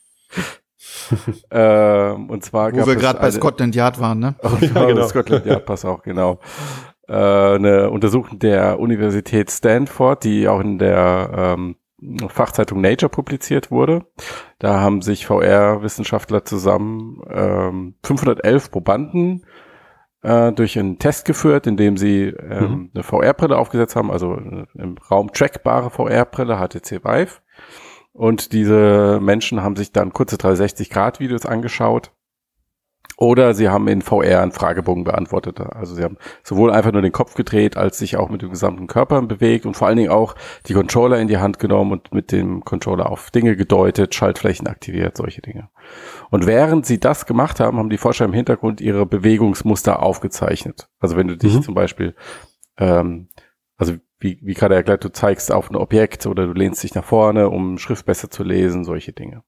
Speaker 1: ähm, und zwar
Speaker 2: Wo wir gerade bei Scotland Yard waren, ne?
Speaker 1: Oh, ja, genau. Scotland Yard, pass auch, genau. Äh, eine Untersuchung der Universität Stanford, die auch in der ähm, Fachzeitung Nature publiziert wurde. Da haben sich V R-Wissenschaftler zusammen ähm, fünfhundertelf Probanden äh, durch einen Test geführt, in dem sie ähm, mhm. eine V R-Brille aufgesetzt haben, also eine im Raum trackbare V R-Brille, H T C Vive. Und diese Menschen haben sich dann kurze dreihundertsechzig Grad Videos angeschaut oder sie haben in V R einen Fragebogen beantwortet. Also sie haben sowohl einfach nur den Kopf gedreht, als sich auch mit dem gesamten Körper bewegt und vor allen Dingen auch die Controller in die Hand genommen und mit dem Controller auf Dinge gedeutet, Schaltflächen aktiviert, solche Dinge. Und während sie das gemacht haben, haben die Forscher im Hintergrund ihre Bewegungsmuster aufgezeichnet. Also wenn du dich mhm. zum Beispiel, ähm, also wie, wie gerade erklärt, du zeigst auf ein Objekt oder du lehnst dich nach vorne, um Schrift besser zu lesen, solche Dinge.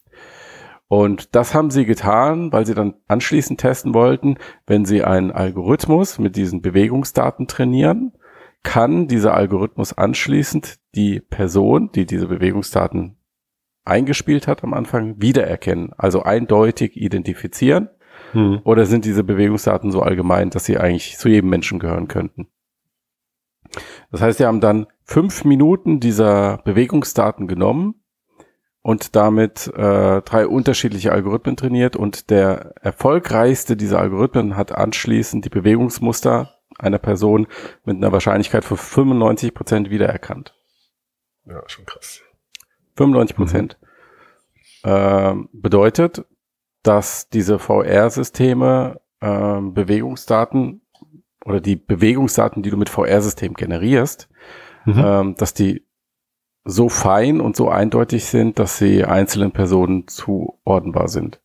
Speaker 1: Und das haben sie getan, weil sie dann anschließend testen wollten, wenn sie einen Algorithmus mit diesen Bewegungsdaten trainieren, kann dieser Algorithmus anschließend die Person, die diese Bewegungsdaten eingespielt hat am Anfang, wiedererkennen, also eindeutig identifizieren, hm. oder sind diese Bewegungsdaten so allgemein, dass sie eigentlich zu jedem Menschen gehören könnten. Das heißt, sie haben dann fünf Minuten dieser Bewegungsdaten genommen und damit äh, drei unterschiedliche Algorithmen trainiert und der erfolgreichste dieser Algorithmen hat anschließend die Bewegungsmuster einer Person mit einer Wahrscheinlichkeit von fünfundneunzig Prozent wiedererkannt.
Speaker 3: Ja, schon krass.
Speaker 1: fünfundneunzig Prozent. Mhm. Äh, bedeutet, dass diese V R-Systeme äh, Bewegungsdaten oder die Bewegungsdaten, die du mit V R-Systemen generierst, mhm. ähm, dass die so fein und so eindeutig sind, dass sie einzelnen Personen zuordnenbar sind.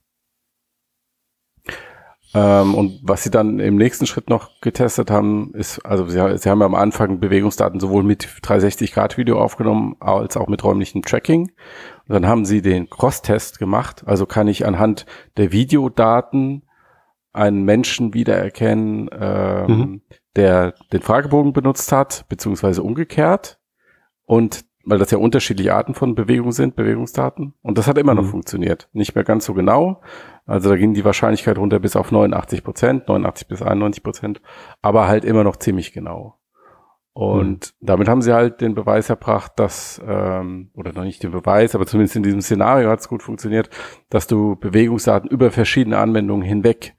Speaker 1: Ähm, und was sie dann im nächsten Schritt noch getestet haben, ist, also sie, sie haben ja am Anfang Bewegungsdaten sowohl mit dreihundertsechzig Grad Video aufgenommen, als auch mit räumlichem Tracking. Und dann haben sie den Cross-Test gemacht, also kann ich anhand der Videodaten einen Menschen wiedererkennen, ähm, mhm. der den Fragebogen benutzt hat, beziehungsweise umgekehrt. Und weil das ja unterschiedliche Arten von Bewegungen sind, Bewegungsdaten. Und das hat immer mhm. noch funktioniert. Nicht mehr ganz so genau, Also da ging die Wahrscheinlichkeit runter bis auf neunundachtzig Prozent, neunundachtzig bis einundneunzig Prozent, aber halt immer noch ziemlich genau. Und hm. damit haben sie halt den Beweis erbracht, dass, ähm, oder noch nicht den Beweis, aber zumindest in diesem Szenario hat es gut funktioniert, dass du Bewegungsdaten über verschiedene Anwendungen hinweg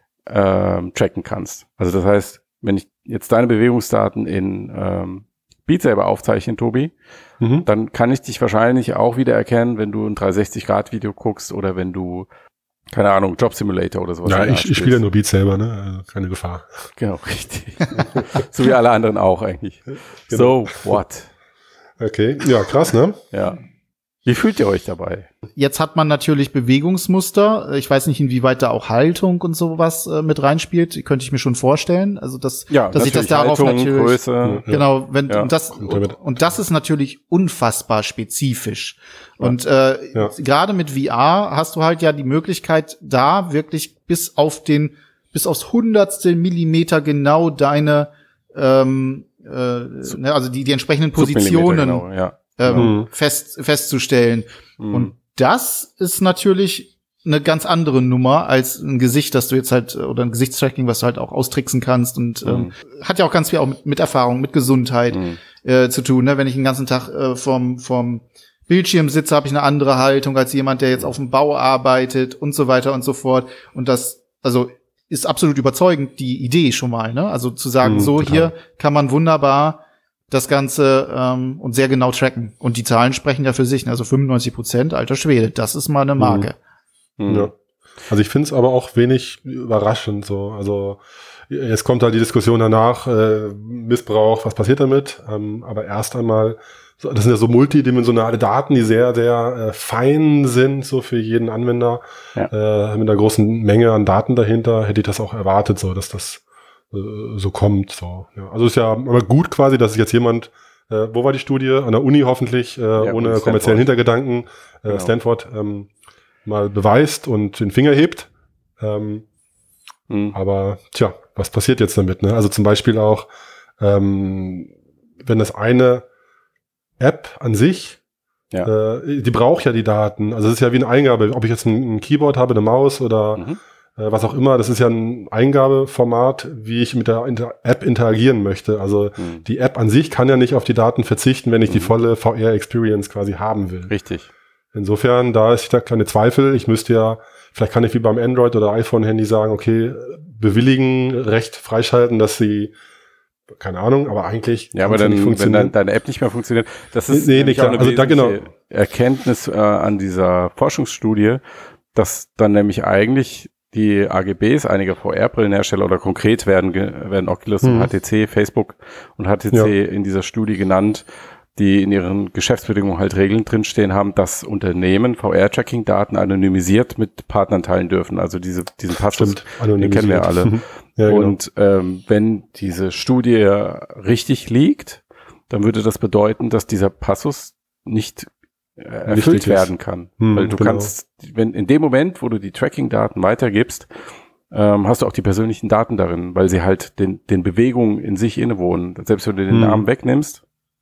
Speaker 1: ähm, tracken kannst. Also das heißt, wenn ich jetzt deine Bewegungsdaten in ähm, Beat Saber aufzeichnen, Tobi, mhm. dann kann ich dich wahrscheinlich auch wieder erkennen, wenn du ein dreihundertsechzig Grad Video guckst oder wenn du, keine Ahnung, Job Simulator oder sowas.
Speaker 3: Ja, ich, ich spiele nur Beat Saber, ne? Also keine Gefahr.
Speaker 1: Genau, richtig. So wie alle anderen auch eigentlich.
Speaker 3: Genau.
Speaker 1: So, what?
Speaker 3: Okay, ja, krass, ne?
Speaker 1: Ja. Wie fühlt ihr euch dabei?
Speaker 2: Jetzt hat man natürlich Bewegungsmuster. Ich weiß nicht, inwieweit da auch Haltung und sowas äh, mit reinspielt. Könnte ich mir schon vorstellen. Also, dass,
Speaker 1: ja,
Speaker 2: dass ich das darauf
Speaker 1: Haltung,
Speaker 2: natürlich,
Speaker 1: Größe,
Speaker 2: genau, wenn,
Speaker 1: ja.
Speaker 2: und das, und, und das ist natürlich unfassbar spezifisch. Ja. Und, äh, ja. gerade mit V R hast du halt ja die Möglichkeit, da wirklich bis auf den, bis aufs hundertstel Millimeter genau deine, ähm, äh, so, ne, also die, die entsprechenden Positionen, genau, ja. Ähm, mhm. fest, festzustellen. Mhm. Und das ist natürlich eine ganz andere Nummer als ein Gesicht, das du jetzt halt, oder ein Gesichtstracking, was du halt auch austricksen kannst und mhm. ähm, hat ja auch ganz viel auch mit, mit Erfahrung, mit Gesundheit mhm. äh, zu tun. Ne? Wenn ich den ganzen Tag äh, vom, vom Bildschirm sitze, habe ich eine andere Haltung als jemand, der jetzt auf dem Bau arbeitet und so weiter und so fort. Und das, also ist absolut überzeugend, die Idee schon mal, ne? Also zu sagen, mhm, so total. Hier kann man wunderbar das Ganze ähm, und sehr genau tracken. Und die Zahlen sprechen ja für sich. Ne? Also fünfundneunzig Prozent, alter Schwede, das ist mal eine Marke.
Speaker 3: Mhm. Ja. Also ich finde es aber auch wenig überraschend so. Also jetzt kommt halt die Diskussion danach, äh, Missbrauch, was passiert damit? Ähm, aber erst einmal, das sind ja so multidimensionale Daten, die sehr, sehr äh, fein sind, so für jeden Anwender. Ja. Äh, mit einer großen Menge an Daten dahinter hätte ich das auch erwartet, so dass das so kommt. So. Ja. Also ist ja aber gut quasi, dass jetzt jemand, äh, wo war die Studie? An der Uni hoffentlich, äh, ja, ohne kommerziellen Hintergedanken, äh, genau. Stanford, ähm, mal beweist und den Finger hebt. Ähm, mhm. Aber tja, was passiert jetzt damit? Ne? Also zum Beispiel auch, ähm, wenn das eine App an sich, ja. äh, die braucht ja die Daten. Also es ist ja wie eine Eingabe, ob ich jetzt ein, ein Keyboard habe, eine Maus oder mhm. was auch immer, das ist ja ein Eingabeformat, wie ich mit der Inter- App interagieren möchte. Also mhm. die App an sich kann ja nicht auf die Daten verzichten, wenn ich mhm. die volle V R-Experience quasi haben will.
Speaker 1: Richtig.
Speaker 3: Insofern, da ist da keine Zweifel. Ich müsste ja, vielleicht kann ich wie beim Android- oder iPhone-Handy sagen, okay, bewilligen, Recht freischalten, dass sie, keine Ahnung, aber eigentlich
Speaker 1: ja, aber dann, nicht funktionieren. Wenn dann deine App nicht mehr funktioniert, das ist
Speaker 3: nee, nicht auch eine
Speaker 1: also da genau Erkenntnis äh, an dieser Forschungsstudie, dass dann nämlich eigentlich die A G Bs einiger V R-Brillenhersteller oder konkret werden, werden Oculus hm. und H T C, Facebook und H T C ja. in dieser Studie genannt, die in ihren Geschäftsbedingungen halt Regeln drinstehen haben, dass Unternehmen V R-Tracking-Daten anonymisiert mit Partnern teilen dürfen. Also diese, diesen Passus, den kennen wir alle. ja, und genau. ähm, wenn diese Studie richtig liegt, dann würde das bedeuten, dass dieser Passus nicht erfüllt werden kann. Hm, Weil du genau. kannst, wenn in dem Moment, wo du die Tracking-Daten weitergibst, ähm, hast du auch die persönlichen Daten darin, weil sie halt den, den Bewegungen in sich innewohnen. Selbst wenn du den hm. Namen wegnimmst,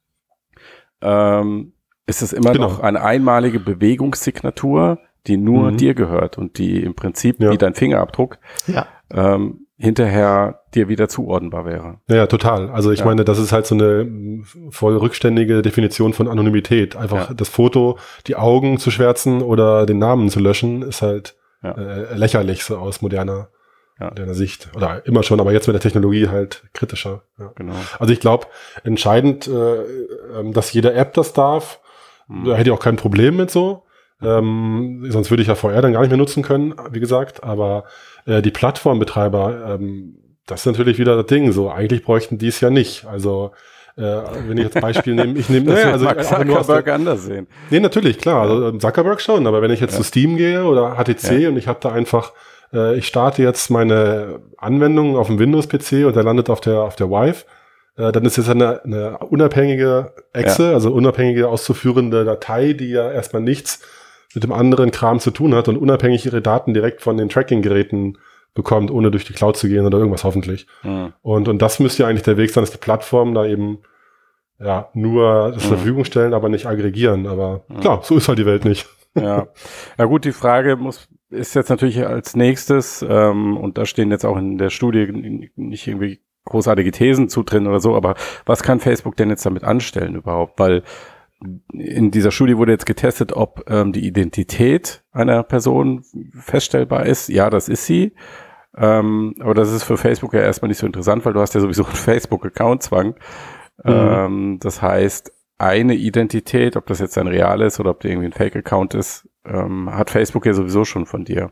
Speaker 1: ähm, ist es immer genau. noch eine einmalige Bewegungssignatur, die nur mhm. dir gehört und die im Prinzip ja. wie dein Fingerabdruck ja. ähm, hinterher dir wieder zuordnenbar wäre.
Speaker 3: Ja, total. Also ich ja. meine, das ist halt so eine voll rückständige Definition von Anonymität. Einfach ja. das Foto, die Augen zu schwärzen oder den Namen zu löschen, ist halt ja. äh, lächerlich so aus moderner, ja. moderner Sicht. Oder immer schon, aber jetzt mit der Technologie halt kritischer. Ja.
Speaker 1: Genau.
Speaker 3: Also ich glaube, entscheidend, äh, dass jede App das darf, mhm. da hätte ich auch kein Problem mit so. Ähm, sonst würde ich ja V R dann gar nicht mehr nutzen können, wie gesagt, aber äh, die Plattformbetreiber, ähm, das ist natürlich wieder das Ding, so eigentlich bräuchten die es ja nicht, also äh, wenn ich jetzt Beispiel nehme, ich nehme, naja, also
Speaker 1: Mark Zuckerberg anders sehen.
Speaker 3: Nee, natürlich, klar, also Zuckerberg schon, aber wenn ich jetzt ja. zu Steam gehe oder H T C ja. und ich habe da einfach, äh, ich starte jetzt meine Anwendung auf dem Windows-P C und der landet auf der auf der Vive, äh, dann ist es eine, eine unabhängige Exe, ja. also unabhängige auszuführende Datei, die ja erstmal nichts mit dem anderen Kram zu tun hat und unabhängig ihre Daten direkt von den Tracking-Geräten bekommt, ohne durch die Cloud zu gehen oder irgendwas hoffentlich. Mhm. Und, und das müsste ja eigentlich der Weg sein, dass die Plattformen da eben ja nur das mhm. zur Verfügung stellen, aber nicht aggregieren. Aber mhm. klar, so ist halt die Welt nicht.
Speaker 1: Ja, ja gut, die Frage muss ist jetzt natürlich als nächstes, ähm, und da stehen jetzt auch in der Studie nicht irgendwie großartige Thesen zu drin oder so, aber was kann Facebook denn jetzt damit anstellen überhaupt? Weil in dieser Studie wurde jetzt getestet, ob ähm, die Identität einer Person feststellbar ist. Ja, das ist sie. Ähm, aber das ist für Facebook ja erstmal nicht so interessant, weil du hast ja sowieso einen Facebook-Account-Zwang. Mhm. Ähm, das heißt, eine Identität, ob das jetzt ein real ist oder ob der irgendwie ein Fake-Account ist, ähm, hat Facebook ja sowieso schon von dir.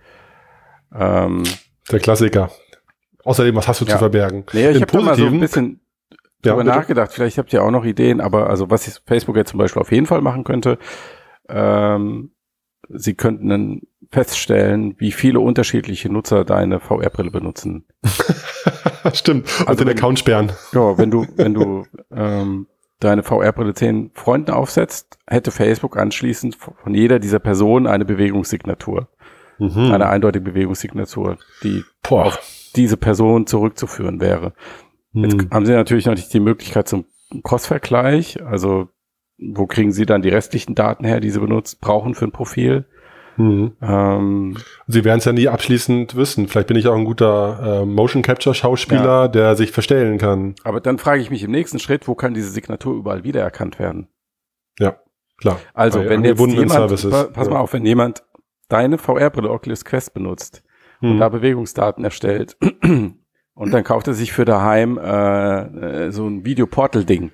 Speaker 1: Ähm,
Speaker 3: Der Klassiker. Außerdem, was hast du ja. zu verbergen?
Speaker 1: Nee, ich habe da mal so ein bisschen
Speaker 3: ja,
Speaker 1: drüber nachgedacht. Vielleicht habt ihr auch noch Ideen, aber also was Facebook jetzt zum Beispiel auf jeden Fall machen könnte, ähm, sie könnten dann feststellen, wie viele unterschiedliche Nutzer deine V R-Brille benutzen.
Speaker 3: Stimmt. Und
Speaker 1: also
Speaker 3: den
Speaker 1: wenn,
Speaker 3: Account sperren.
Speaker 1: Ja, wenn du, wenn du ähm, deine V R-Brille zehn Freunden aufsetzt, hätte Facebook anschließend von jeder dieser Personen eine Bewegungssignatur. Mhm. Eine eindeutige Bewegungssignatur, die Boah. auf diese Person zurückzuführen wäre. Mhm. Jetzt haben sie natürlich noch nicht die Möglichkeit zum Cross-Vergleich, also wo kriegen sie dann die restlichen Daten her, die sie benutzt, brauchen für ein Profil. Mhm. Ähm,
Speaker 3: sie werden es ja nie abschließend wissen. Vielleicht bin ich auch ein guter äh, Motion-Capture-Schauspieler, ja. der sich verstellen kann.
Speaker 1: Aber dann frage ich mich im nächsten Schritt, wo kann diese Signatur überall wiedererkannt werden?
Speaker 3: Ja, klar.
Speaker 1: Also
Speaker 3: Bei
Speaker 1: wenn jetzt jemand,
Speaker 3: Services.
Speaker 1: pass mal
Speaker 3: ja.
Speaker 1: auf, wenn jemand deine V R-Brille Oculus Quest benutzt hm. und da Bewegungsdaten erstellt und dann kauft er sich für daheim äh, so ein Videoportal-Ding.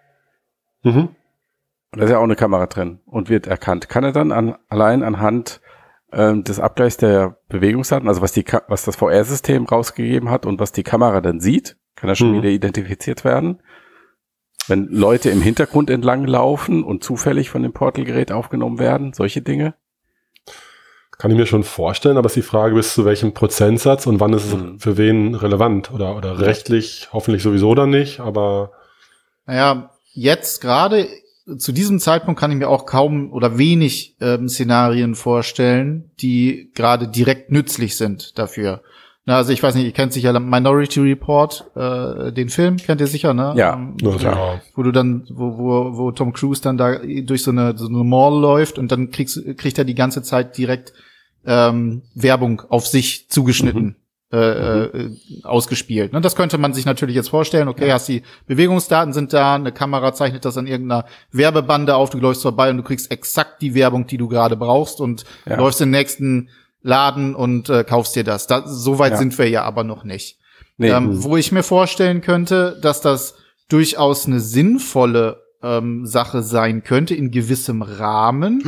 Speaker 1: Mhm. Und da ist ja auch eine Kamera drin und wird erkannt. Kann er dann an, allein anhand ähm, des Abgleichs der Bewegungsdaten, also was die was das V R-System rausgegeben hat und was die Kamera dann sieht, kann er schon hm. wieder identifiziert werden? Wenn Leute im Hintergrund entlang laufen und zufällig von dem Portal-Gerät aufgenommen werden, solche Dinge?
Speaker 3: Kann ich mir schon vorstellen, aber ist die Frage, bis zu welchem Prozentsatz und wann ist es mhm. für wen relevant oder, oder rechtlich hoffentlich sowieso dann nicht, aber.
Speaker 2: Naja, jetzt gerade zu diesem Zeitpunkt kann ich mir auch kaum oder wenig ähm, Szenarien vorstellen, die gerade direkt nützlich sind dafür. Na, also ich weiß nicht, ihr kennt sicher Minority Report, äh, den Film, kennt ihr sicher, ne?
Speaker 1: Ja,
Speaker 2: ähm,
Speaker 3: ja.
Speaker 2: Wo du dann, wo, wo, wo Tom Cruise dann da durch so eine, so eine Mall läuft und dann kriegst, kriegt er die ganze Zeit direkt ähm, Werbung auf sich zugeschnitten, mhm. äh, äh, ausgespielt. Ne? Das könnte man sich natürlich jetzt vorstellen, okay, ja. hast die Bewegungsdaten sind da, eine Kamera zeichnet das an irgendeiner Werbebande auf, du läufst vorbei und du kriegst exakt die Werbung, die du gerade brauchst und ja. läufst den nächsten Laden und äh, kaufst dir das. da so weit ja. sind wir ja aber noch nicht. Nee. Ähm, wo ich mir vorstellen könnte, dass das durchaus eine sinnvolle ähm, Sache sein könnte in gewissem Rahmen.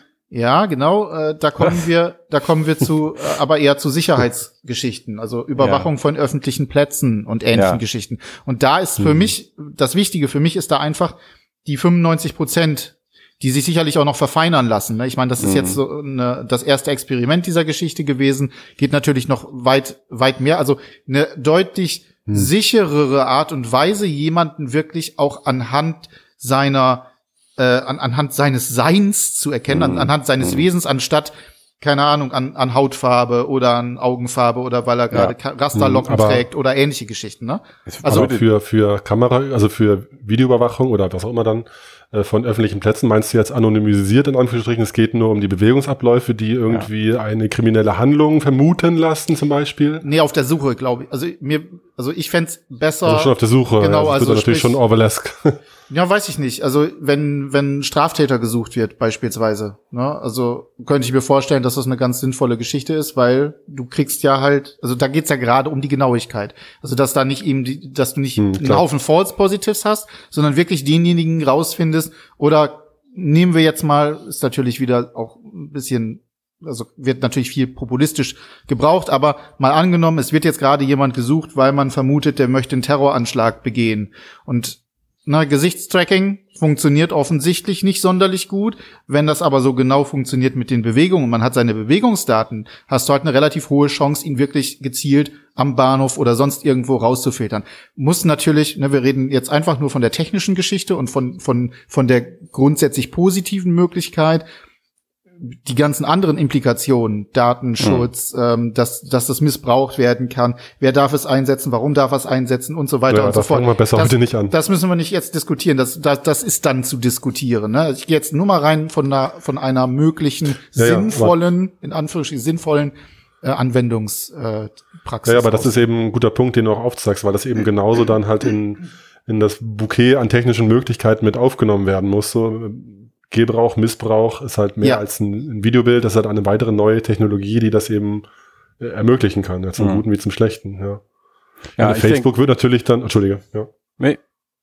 Speaker 2: Ja, genau. Äh, da kommen Was? wir, da kommen wir zu, äh, aber eher zu Sicherheitsgeschichten, also Überwachung ja. von öffentlichen Plätzen und ähnlichen ja. Geschichten. Und da ist für hm. mich das Wichtige für mich ist da einfach die fünfundneunzig Prozent, die sich sicherlich auch noch verfeinern lassen. Ne? Ich meine, das ist mhm. jetzt so eine, das erste Experiment dieser Geschichte gewesen, geht natürlich noch weit, weit mehr. Also eine deutlich mhm. sicherere Art und Weise, jemanden wirklich auch anhand seiner, äh, an, anhand seines Seins zu erkennen, mhm. an, anhand seines mhm. Wesens, anstatt, keine Ahnung, an, an Hautfarbe oder an Augenfarbe oder weil er gerade ja. Rasterlocken mhm, trägt oder ähnliche Geschichten. Ne?
Speaker 3: Also für, für Kamera, also für Videoüberwachung oder was auch immer dann, von öffentlichen Plätzen, meinst du jetzt anonymisiert in Anführungsstrichen, es geht nur um die Bewegungsabläufe, die irgendwie ja. eine kriminelle Handlung vermuten lassen zum Beispiel?
Speaker 2: Nee, auf der Suche, glaube ich. Also mir, also ich fänd's besser.
Speaker 3: Also schon auf der Suche,
Speaker 2: genau,
Speaker 3: ja, das
Speaker 2: also
Speaker 3: wird natürlich schon Orwellesk.
Speaker 2: Ja, weiß ich nicht. Also wenn wenn Straftäter gesucht wird beispielsweise, ne, also könnte ich mir vorstellen, dass das eine ganz sinnvolle Geschichte ist, weil du kriegst ja halt, also da geht's ja gerade um die Genauigkeit. Also dass da nicht eben, die, dass du nicht hm, einen Haufen False Positives hast, sondern wirklich denjenigen rausfindest. Oder nehmen wir jetzt mal, ist natürlich wieder auch ein bisschen, also wird natürlich viel populistisch gebraucht, aber mal angenommen, es wird jetzt gerade jemand gesucht, weil man vermutet, der möchte einen Terroranschlag begehen. Und na, Gesichtstracking funktioniert offensichtlich nicht sonderlich gut. Wenn das aber so genau funktioniert mit den Bewegungen, man hat seine Bewegungsdaten, hast du halt eine relativ hohe Chance, ihn wirklich gezielt am Bahnhof oder sonst irgendwo rauszufiltern. Muss natürlich, ne, wir reden jetzt einfach nur von der technischen Geschichte und von von von der grundsätzlich positiven Möglichkeit. die ganzen anderen Implikationen, Datenschutz, mhm. ähm, dass, dass das missbraucht werden kann, wer darf es einsetzen, warum darf es einsetzen und so weiter
Speaker 3: ja,
Speaker 2: und so fort.
Speaker 3: Fangen wir besser
Speaker 2: das,
Speaker 3: heute nicht an.
Speaker 2: Das müssen wir nicht jetzt diskutieren, das, das, das ist dann zu diskutieren. Ne? Ich gehe jetzt nur mal rein von einer, von einer möglichen ja, sinnvollen, ja, in Anführungsstrichen sinnvollen äh, Anwendungspraxis.
Speaker 3: Ja, aber das ist eben ein guter Punkt, den du auch aufzeigst, weil das eben genauso dann halt in, in das Bouquet an technischen Möglichkeiten mit aufgenommen werden muss. So, Gebrauch, Missbrauch ist halt mehr ja. als ein, ein Videobild, das ist halt eine weitere neue Technologie, die das eben äh, ermöglichen kann, ja, zum mhm. Guten wie zum Schlechten. Ja, ja also Facebook denk, wird natürlich dann, Entschuldige, ja.
Speaker 1: Nee.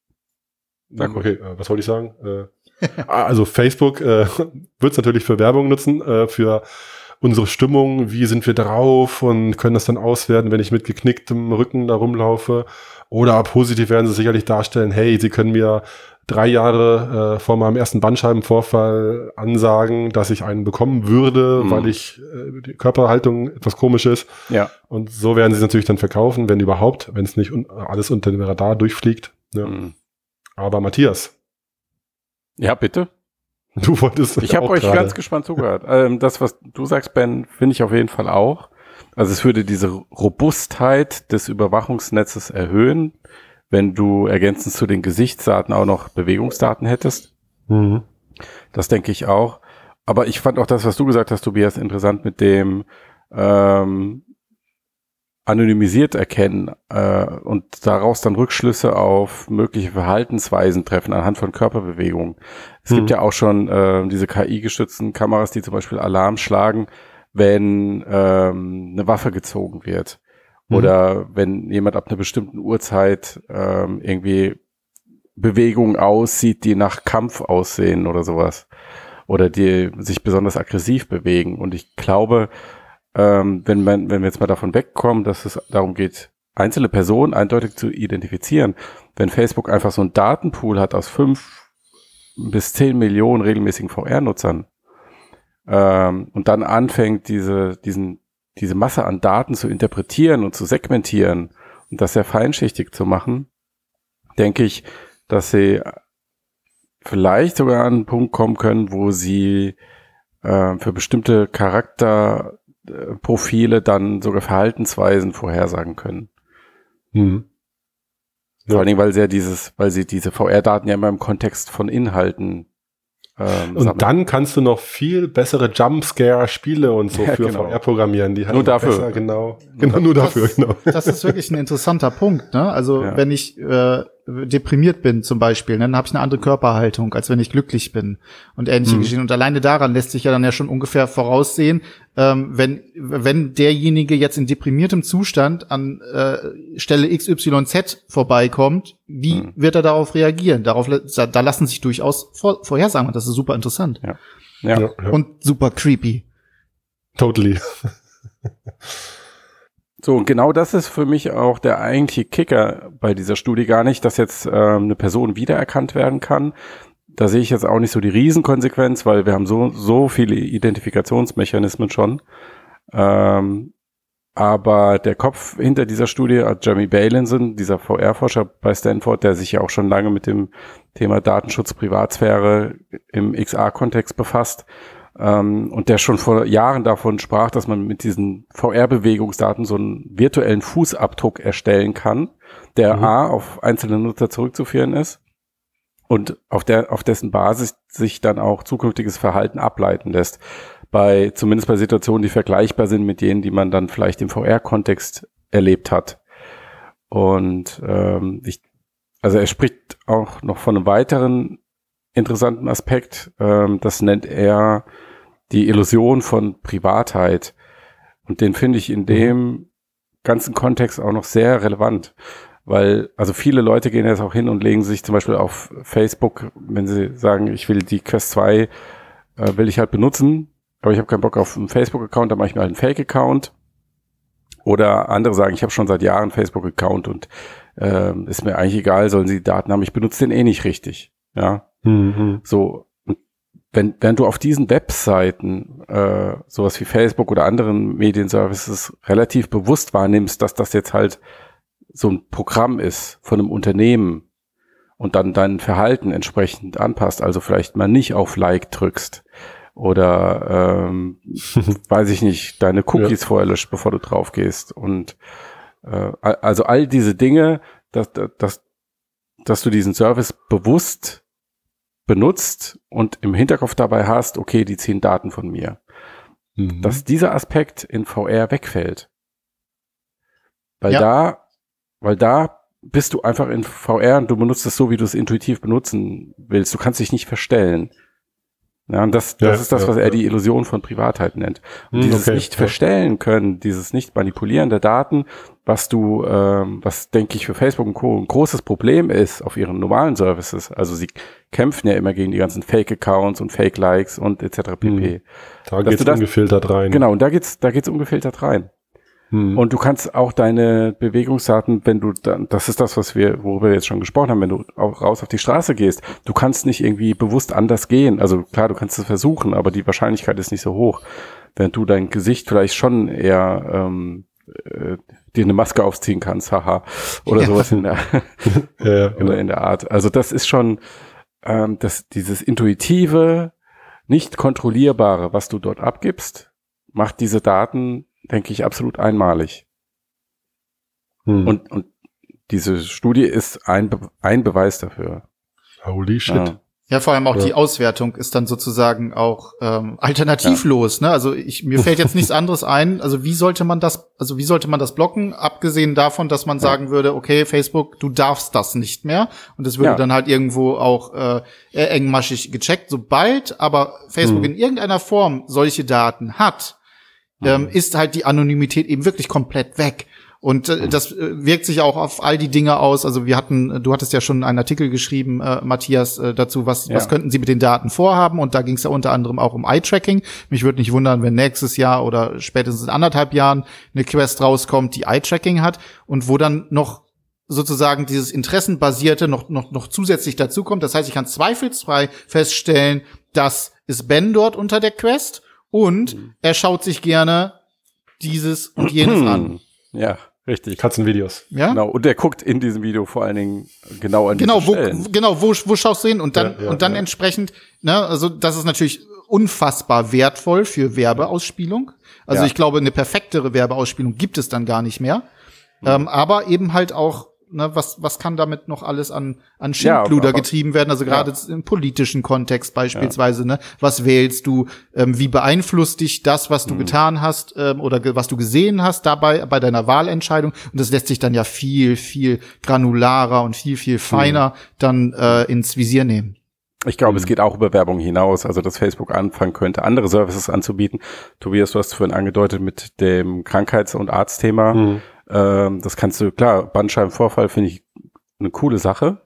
Speaker 3: Sag, okay, äh, was wollte ich sagen? Äh, also Facebook äh, wird es natürlich für Werbung nutzen, äh, für unsere Stimmung, wie sind wir drauf und können das dann auswerten, wenn ich mit geknicktem Rücken da rumlaufe. Oder positiv werden sie sicherlich darstellen, hey, sie können mir drei Jahre äh, vor meinem ersten Bandscheibenvorfall ansagen, dass ich einen bekommen würde, mhm. weil ich äh, die Körperhaltung etwas komisch ist.
Speaker 1: Ja.
Speaker 3: Und so werden sie es natürlich dann verkaufen, wenn überhaupt, wenn es nicht un- alles unter dem Radar durchfliegt. Ja. Mhm. Aber Matthias.
Speaker 1: Ja, bitte.
Speaker 3: Du wolltest.
Speaker 1: Ich habe euch grade. ganz gespannt zugehört. Ähm, das, was du sagst, Ben, finde ich auf jeden Fall auch. Also es würde diese Robustheit des Überwachungsnetzes erhöhen, wenn du ergänzend zu den Gesichtsdaten auch noch Bewegungsdaten hättest.
Speaker 3: Mhm.
Speaker 1: Das denke ich auch. Aber ich fand auch das, was du gesagt hast, Tobias, interessant mit dem ähm, anonymisiert erkennen äh, und daraus dann Rückschlüsse auf mögliche Verhaltensweisen treffen anhand von Körperbewegungen. Es mhm. gibt ja auch schon äh, diese K I-gestützten Kameras, die zum Beispiel Alarm schlagen, wenn ähm, eine Waffe gezogen wird. Oder mhm. wenn jemand ab einer bestimmten Uhrzeit ähm, irgendwie Bewegungen aussieht, die nach Kampf aussehen oder sowas. Oder die sich besonders aggressiv bewegen. Und ich glaube, ähm, wenn man, wenn wir jetzt mal davon wegkommen, dass es darum geht, einzelne Personen eindeutig zu identifizieren, wenn Facebook einfach so einen Datenpool hat aus fünf bis zehn Millionen regelmäßigen V R-Nutzern ähm, und dann anfängt, diese, diesen diese Masse an Daten zu interpretieren und zu segmentieren und das sehr feinschichtig zu machen, denke ich, dass sie vielleicht sogar an einen Punkt kommen können, wo sie äh, für bestimmte Charakterprofile dann sogar Verhaltensweisen vorhersagen können.
Speaker 3: Mhm. Ja.
Speaker 1: Vor allen Dingen, weil sie ja dieses, weil sie diese V R-Daten ja immer im Kontext von Inhalten Ähm,
Speaker 3: und sammeln. Dann kannst du noch viel bessere Jumpscare-Spiele und so ja, für genau. V R programmieren. Die
Speaker 1: nur dafür.
Speaker 3: Besser, genau, genau, nur
Speaker 2: das,
Speaker 3: dafür, genau.
Speaker 2: Das ist wirklich ein interessanter Punkt, ne? Also, ja. wenn ich äh, deprimiert bin zum Beispiel, ne, dann habe ich eine andere Körperhaltung, als wenn ich glücklich bin und ähnliche mhm. Geschichten. Und alleine daran lässt sich ja dann ja schon ungefähr voraussehen, ähm, wenn wenn derjenige jetzt in deprimiertem Zustand an äh, Stelle X Y Z vorbeikommt, wie mhm. wird er darauf reagieren? Darauf da, da lassen sich durchaus vor, Vorhersagen und das ist super interessant.
Speaker 1: Ja. Ja.
Speaker 2: Ja, ja. Und super creepy.
Speaker 3: Totally.
Speaker 1: So, und genau das ist für mich auch der eigentliche Kicker bei dieser Studie gar nicht, dass jetzt ähm, eine Person wiedererkannt werden kann. Da sehe ich jetzt auch nicht so die Riesenkonsequenz, weil wir haben so so viele Identifikationsmechanismen schon. Ähm, aber der Kopf hinter dieser Studie, Jeremy Bailenson, dieser V R-Forscher bei Stanford, der sich ja auch schon lange mit dem Thema Datenschutz, Privatsphäre im X R-Kontext befasst, ähm, und der schon vor Jahren davon sprach, dass man mit diesen V R-Bewegungsdaten so einen virtuellen Fußabdruck erstellen kann, der mhm. A, auf einzelne Nutzer zurückzuführen ist und auf der, auf dessen Basis sich dann auch zukünftiges Verhalten ableiten lässt. Bei, zumindest bei Situationen, die vergleichbar sind mit denen, die man dann vielleicht im V R-Kontext erlebt hat. Und ähm, ich, also er spricht auch noch von einem weiteren interessanten Aspekt, ähm, das nennt er die Illusion von Privatheit. Und den finde ich in dem ganzen Kontext auch noch sehr relevant. Weil, also viele Leute gehen jetzt auch hin und legen sich zum Beispiel auf Facebook, wenn sie sagen, ich will die Quest zwei, äh, will ich halt benutzen, aber ich habe keinen Bock auf einen Facebook-Account, dann mache ich mir halt einen Fake-Account. Oder andere sagen, ich habe schon seit Jahren einen Facebook-Account und äh, ist mir eigentlich egal, sollen sie die Daten haben, ich benutze den eh nicht richtig. Ja,
Speaker 3: mhm.
Speaker 1: So, wenn, wenn du auf diesen Webseiten äh, sowas wie Facebook oder anderen Medienservices relativ bewusst wahrnimmst, dass das jetzt halt so ein Programm ist von einem Unternehmen und dann dein Verhalten entsprechend anpasst, also vielleicht mal nicht auf Like drückst oder ähm, weiß ich nicht, deine Cookies ja. vorher löscht, bevor du drauf gehst. Und äh, also all diese Dinge, dass, dass, dass du diesen Service bewusst benutzt und im Hinterkopf dabei hast, okay, die ziehen Daten von mir. Mhm. Dass dieser Aspekt in V R wegfällt. Weil ja. da, weil da bist du einfach in V R und du benutzt es so, wie du es intuitiv benutzen willst. Du kannst dich nicht verstellen. Ja, und das, das ja, ist das, was ja, er ja. die Illusion von Privatheit nennt. Und hm, dieses okay, nicht ja. verstellen können, dieses nicht manipulieren der Daten, was du, ähm, was denke ich für Facebook und Co. ein großes Problem ist auf ihren normalen Services. Also sie kämpfen ja immer gegen die ganzen Fake-Accounts und Fake-Likes und et cetera pp. Hm.
Speaker 3: Da geht's das, ungefiltert rein.
Speaker 1: Genau, und da geht's, da geht's ungefiltert rein. Hm. Und du kannst auch deine Bewegungsdaten, wenn du dann, das ist das, was wir, worüber wir jetzt schon gesprochen haben, wenn du auch raus auf die Straße gehst, du kannst nicht irgendwie bewusst anders gehen. Also klar, du kannst es versuchen, aber die Wahrscheinlichkeit ist nicht so hoch. Wenn du dein Gesicht vielleicht schon eher ähm, äh, dir eine Maske aufziehen kannst, haha, oder ja. sowas in der, ja, in, in der Art. Also das ist schon ähm, das, dieses intuitive, nicht kontrollierbare, was du dort abgibst, macht diese Daten, denke ich, absolut einmalig. Hm. Und, und diese Studie ist ein, Be- ein Beweis dafür.
Speaker 3: Holy shit.
Speaker 2: Ja, ja vor allem auch ja. die Auswertung ist dann sozusagen auch ähm, alternativlos. Ja. Ne? Also ich, mir fällt jetzt nichts anderes ein. Also wie sollte man das, also wie sollte man das blocken? Abgesehen davon, dass man ja. sagen würde, okay, Facebook, du darfst das nicht mehr. Und das würde ja. dann halt irgendwo auch äh, engmaschig gecheckt. Sobald aber Facebook hm. in irgendeiner Form solche Daten hat, Ähm, ist halt die Anonymität eben wirklich komplett weg. Und äh, das äh, wirkt sich auch auf all die Dinge aus. Also wir hatten, du hattest ja schon einen Artikel geschrieben, äh, Matthias, äh, dazu, was, ja. was könnten Sie mit den Daten vorhaben? Und da ging es ja unter anderem auch um Eye-Tracking. Mich würde nicht wundern, wenn nächstes Jahr oder spätestens in anderthalb Jahren eine Quest rauskommt, die Eye-Tracking hat und wo dann noch sozusagen dieses Interessenbasierte noch noch noch zusätzlich dazukommt. Das heißt, ich kann zweifelsfrei feststellen, dass ist Ben dort unter der Quest. Und er schaut sich gerne dieses und jenes an.
Speaker 1: Ja, richtig.
Speaker 3: Katzenvideos.
Speaker 2: Ja?
Speaker 1: Genau. Und er guckt in diesem Video vor allen Dingen genau an
Speaker 2: genau,
Speaker 1: diese
Speaker 2: wo,
Speaker 1: Stellen.
Speaker 2: Genau, wo, wo schaust du hin? Und dann, ja, ja, und dann ja. entsprechend, ne, also das ist natürlich unfassbar wertvoll für Werbeausspielung. Also ja. ich glaube, eine perfektere Werbeausspielung gibt es dann gar nicht mehr. Mhm. Ähm, aber eben halt auch, ne, was, was kann damit noch alles an, an Schindluder ja, getrieben werden? Also gerade ja. im politischen Kontext beispielsweise, ja. ne? Was wählst du? Ähm, wie beeinflusst dich das, was du mhm. getan hast, ähm, oder ge- was du gesehen hast dabei, bei deiner Wahlentscheidung? Und das lässt sich dann ja viel, viel granularer und viel, viel feiner mhm. dann äh, ins Visier nehmen.
Speaker 1: Ich glaube, mhm. es geht auch über Werbung hinaus, also dass Facebook anfangen könnte, andere Services anzubieten. Tobias, du hast vorhin angedeutet mit dem Krankheits- und Arztthema. Mhm. Ähm, das kannst du, klar, Bandscheibenvorfall finde ich eine coole Sache.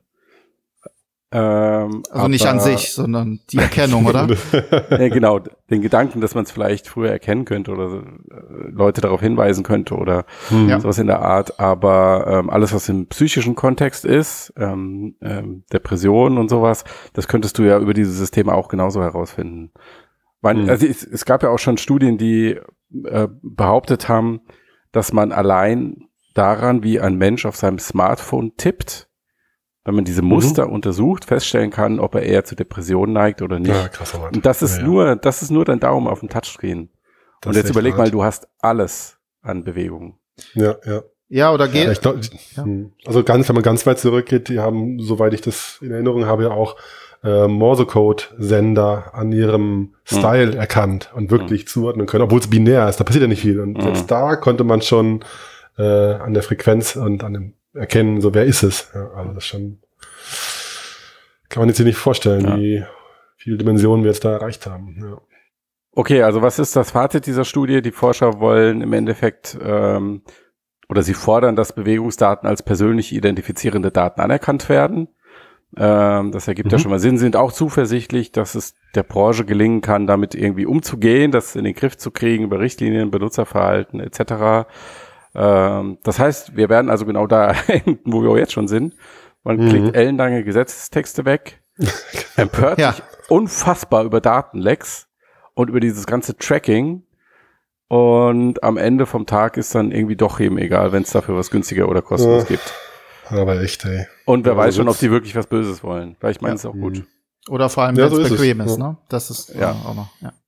Speaker 1: Ähm,
Speaker 2: also nicht an sich, sondern die Erkennung, oder?
Speaker 1: Ja, genau, den Gedanken, dass man es vielleicht früher erkennen könnte oder so, äh, Leute darauf hinweisen könnte oder mhm. sowas in der Art. Aber ähm, alles, was im psychischen Kontext ist, ähm, ähm, Depressionen und sowas, das könntest du ja über diese Systeme auch genauso herausfinden. Weil, mhm. also es, es gab ja auch schon Studien, die äh, behauptet haben, dass man allein daran, wie ein Mensch auf seinem Smartphone tippt, wenn man diese Muster mhm. untersucht, feststellen kann, ob er eher zu Depressionen neigt oder nicht. Ja, krass, und das ist ja, ja. nur, das ist nur dein Daumen auf dem Touchscreen. Das und jetzt überleg hart. mal, du hast alles an Bewegungen.
Speaker 3: Ja, ja.
Speaker 2: Ja, oder geht.
Speaker 3: Ja, ich glaub, ja. Also ganz, wenn man ganz weit zurückgeht, die haben, soweit ich das in Erinnerung habe, ja auch äh, Morsecode-Sender an ihrem Style mhm. erkannt und wirklich mhm. zuordnen können, obwohl es binär ist, da passiert ja nicht viel. Und mhm. selbst da konnte man schon äh, an der Frequenz und an dem erkennen, so wer ist es. Ja, also das schon kann man jetzt sich nicht vorstellen, ja. wie viele Dimensionen wir jetzt da erreicht haben. Ja.
Speaker 1: Okay, also was ist das Fazit dieser Studie? Die Forscher wollen im Endeffekt ähm, oder sie fordern, dass Bewegungsdaten als persönlich identifizierende Daten anerkannt werden. Ähm, das ergibt mhm. ja schon mal Sinn, sind auch zuversichtlich, dass es der Branche gelingen kann, damit irgendwie umzugehen, das in den Griff zu kriegen über Richtlinien, Benutzerverhalten et cetera. Ähm, das heißt, wir werden also genau da enden, wo wir jetzt schon sind. Man mhm. klickt ellenlange Gesetzestexte weg, empört ja. sich unfassbar über Datenlecks und über dieses ganze Tracking. Und am Ende vom Tag ist dann irgendwie doch eben egal, wenn es dafür was günstiger oder kostenlos ja. gibt.
Speaker 3: Aber echt, ey.
Speaker 1: Und wer ja, weiß schon, ob die wirklich was Böses wollen. Vielleicht meinen es ja. auch gut.
Speaker 2: Oder vor allem,
Speaker 3: ja,
Speaker 2: wenn es
Speaker 3: so
Speaker 2: bequem ist,
Speaker 3: ist,
Speaker 2: ist, ne? Das ist
Speaker 1: ja.
Speaker 2: auch noch, ja.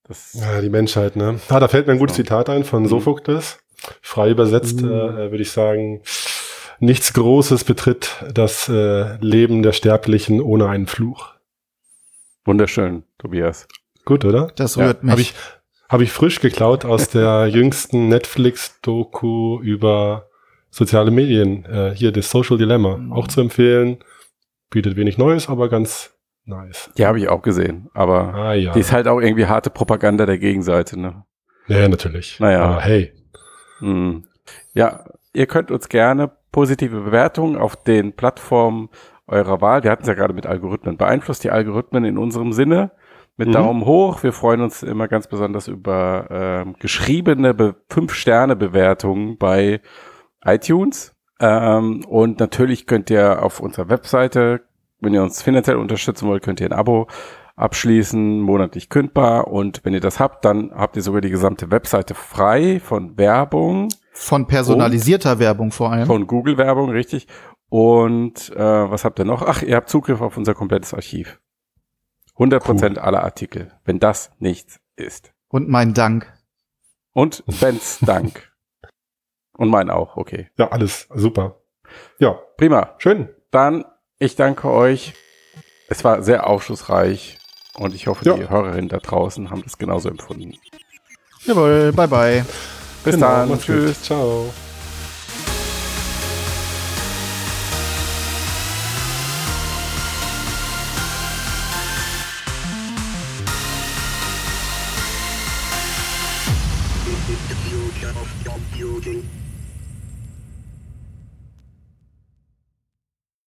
Speaker 1: Das
Speaker 3: ja, die Menschheit, ne? Ah, da fällt mir ein gutes
Speaker 1: so.
Speaker 3: Zitat ein von
Speaker 1: Mhm.
Speaker 3: Sophokles. Frei übersetzt
Speaker 2: Mhm.
Speaker 3: äh, würde ich sagen, nichts Großes betritt das äh, Leben der Sterblichen ohne einen Fluch.
Speaker 1: Wunderschön, Tobias.
Speaker 3: Gut, oder?
Speaker 2: Das
Speaker 1: Ja,
Speaker 2: rührt mich.
Speaker 3: Habe ich, hab ich frisch geklaut aus der jüngsten Netflix-Doku über soziale Medien. Äh, hier, das Social Dilemma.
Speaker 2: Mhm.
Speaker 3: Auch zu empfehlen. Bietet wenig Neues, aber ganz nice.
Speaker 1: Die habe ich auch gesehen, aber
Speaker 3: Ah ja.
Speaker 1: die ist halt auch irgendwie harte Propaganda der Gegenseite, ne?
Speaker 3: Ja, natürlich.
Speaker 1: Naja.
Speaker 3: Aber hey.
Speaker 1: Hm. Ja, ihr könnt uns gerne positive Bewertungen auf den Plattformen eurer Wahl, wir hatten es ja gerade mit Algorithmen, beeinflusst die Algorithmen in unserem Sinne mit
Speaker 3: Mhm.
Speaker 1: Daumen hoch. Wir freuen uns immer ganz besonders über ähm, geschriebene Be- fünf-Sterne-Bewertungen bei iTunes. Ähm, und natürlich könnt ihr auf unserer Webseite, wenn ihr uns finanziell unterstützen wollt, könnt ihr ein Abo abschließen, monatlich kündbar. Und wenn ihr das habt, dann habt ihr sogar die gesamte Webseite frei von Werbung.
Speaker 2: Von personalisierter Werbung vor allem.
Speaker 1: Von Google-Werbung, richtig. Und äh, was habt ihr noch? Ach, ihr habt Zugriff auf unser komplettes Archiv. hundert Prozent
Speaker 3: Cool.
Speaker 1: aller Artikel, wenn das nichts ist.
Speaker 2: Und mein Dank.
Speaker 1: Und Bens Dank. Und mein auch, okay.
Speaker 3: Ja, alles super. Ja,
Speaker 1: Prima.
Speaker 3: schön.
Speaker 1: Dann, ich danke euch. Es war sehr aufschlussreich. Und ich hoffe,
Speaker 3: Ja.
Speaker 1: die Hörerinnen da draußen haben das genauso empfunden.
Speaker 2: Jawohl, bye bye.
Speaker 1: Bis
Speaker 3: Genau,
Speaker 1: dann.
Speaker 3: macht's gut.
Speaker 1: Tschüss.
Speaker 3: Ciao.
Speaker 4: The future of computing.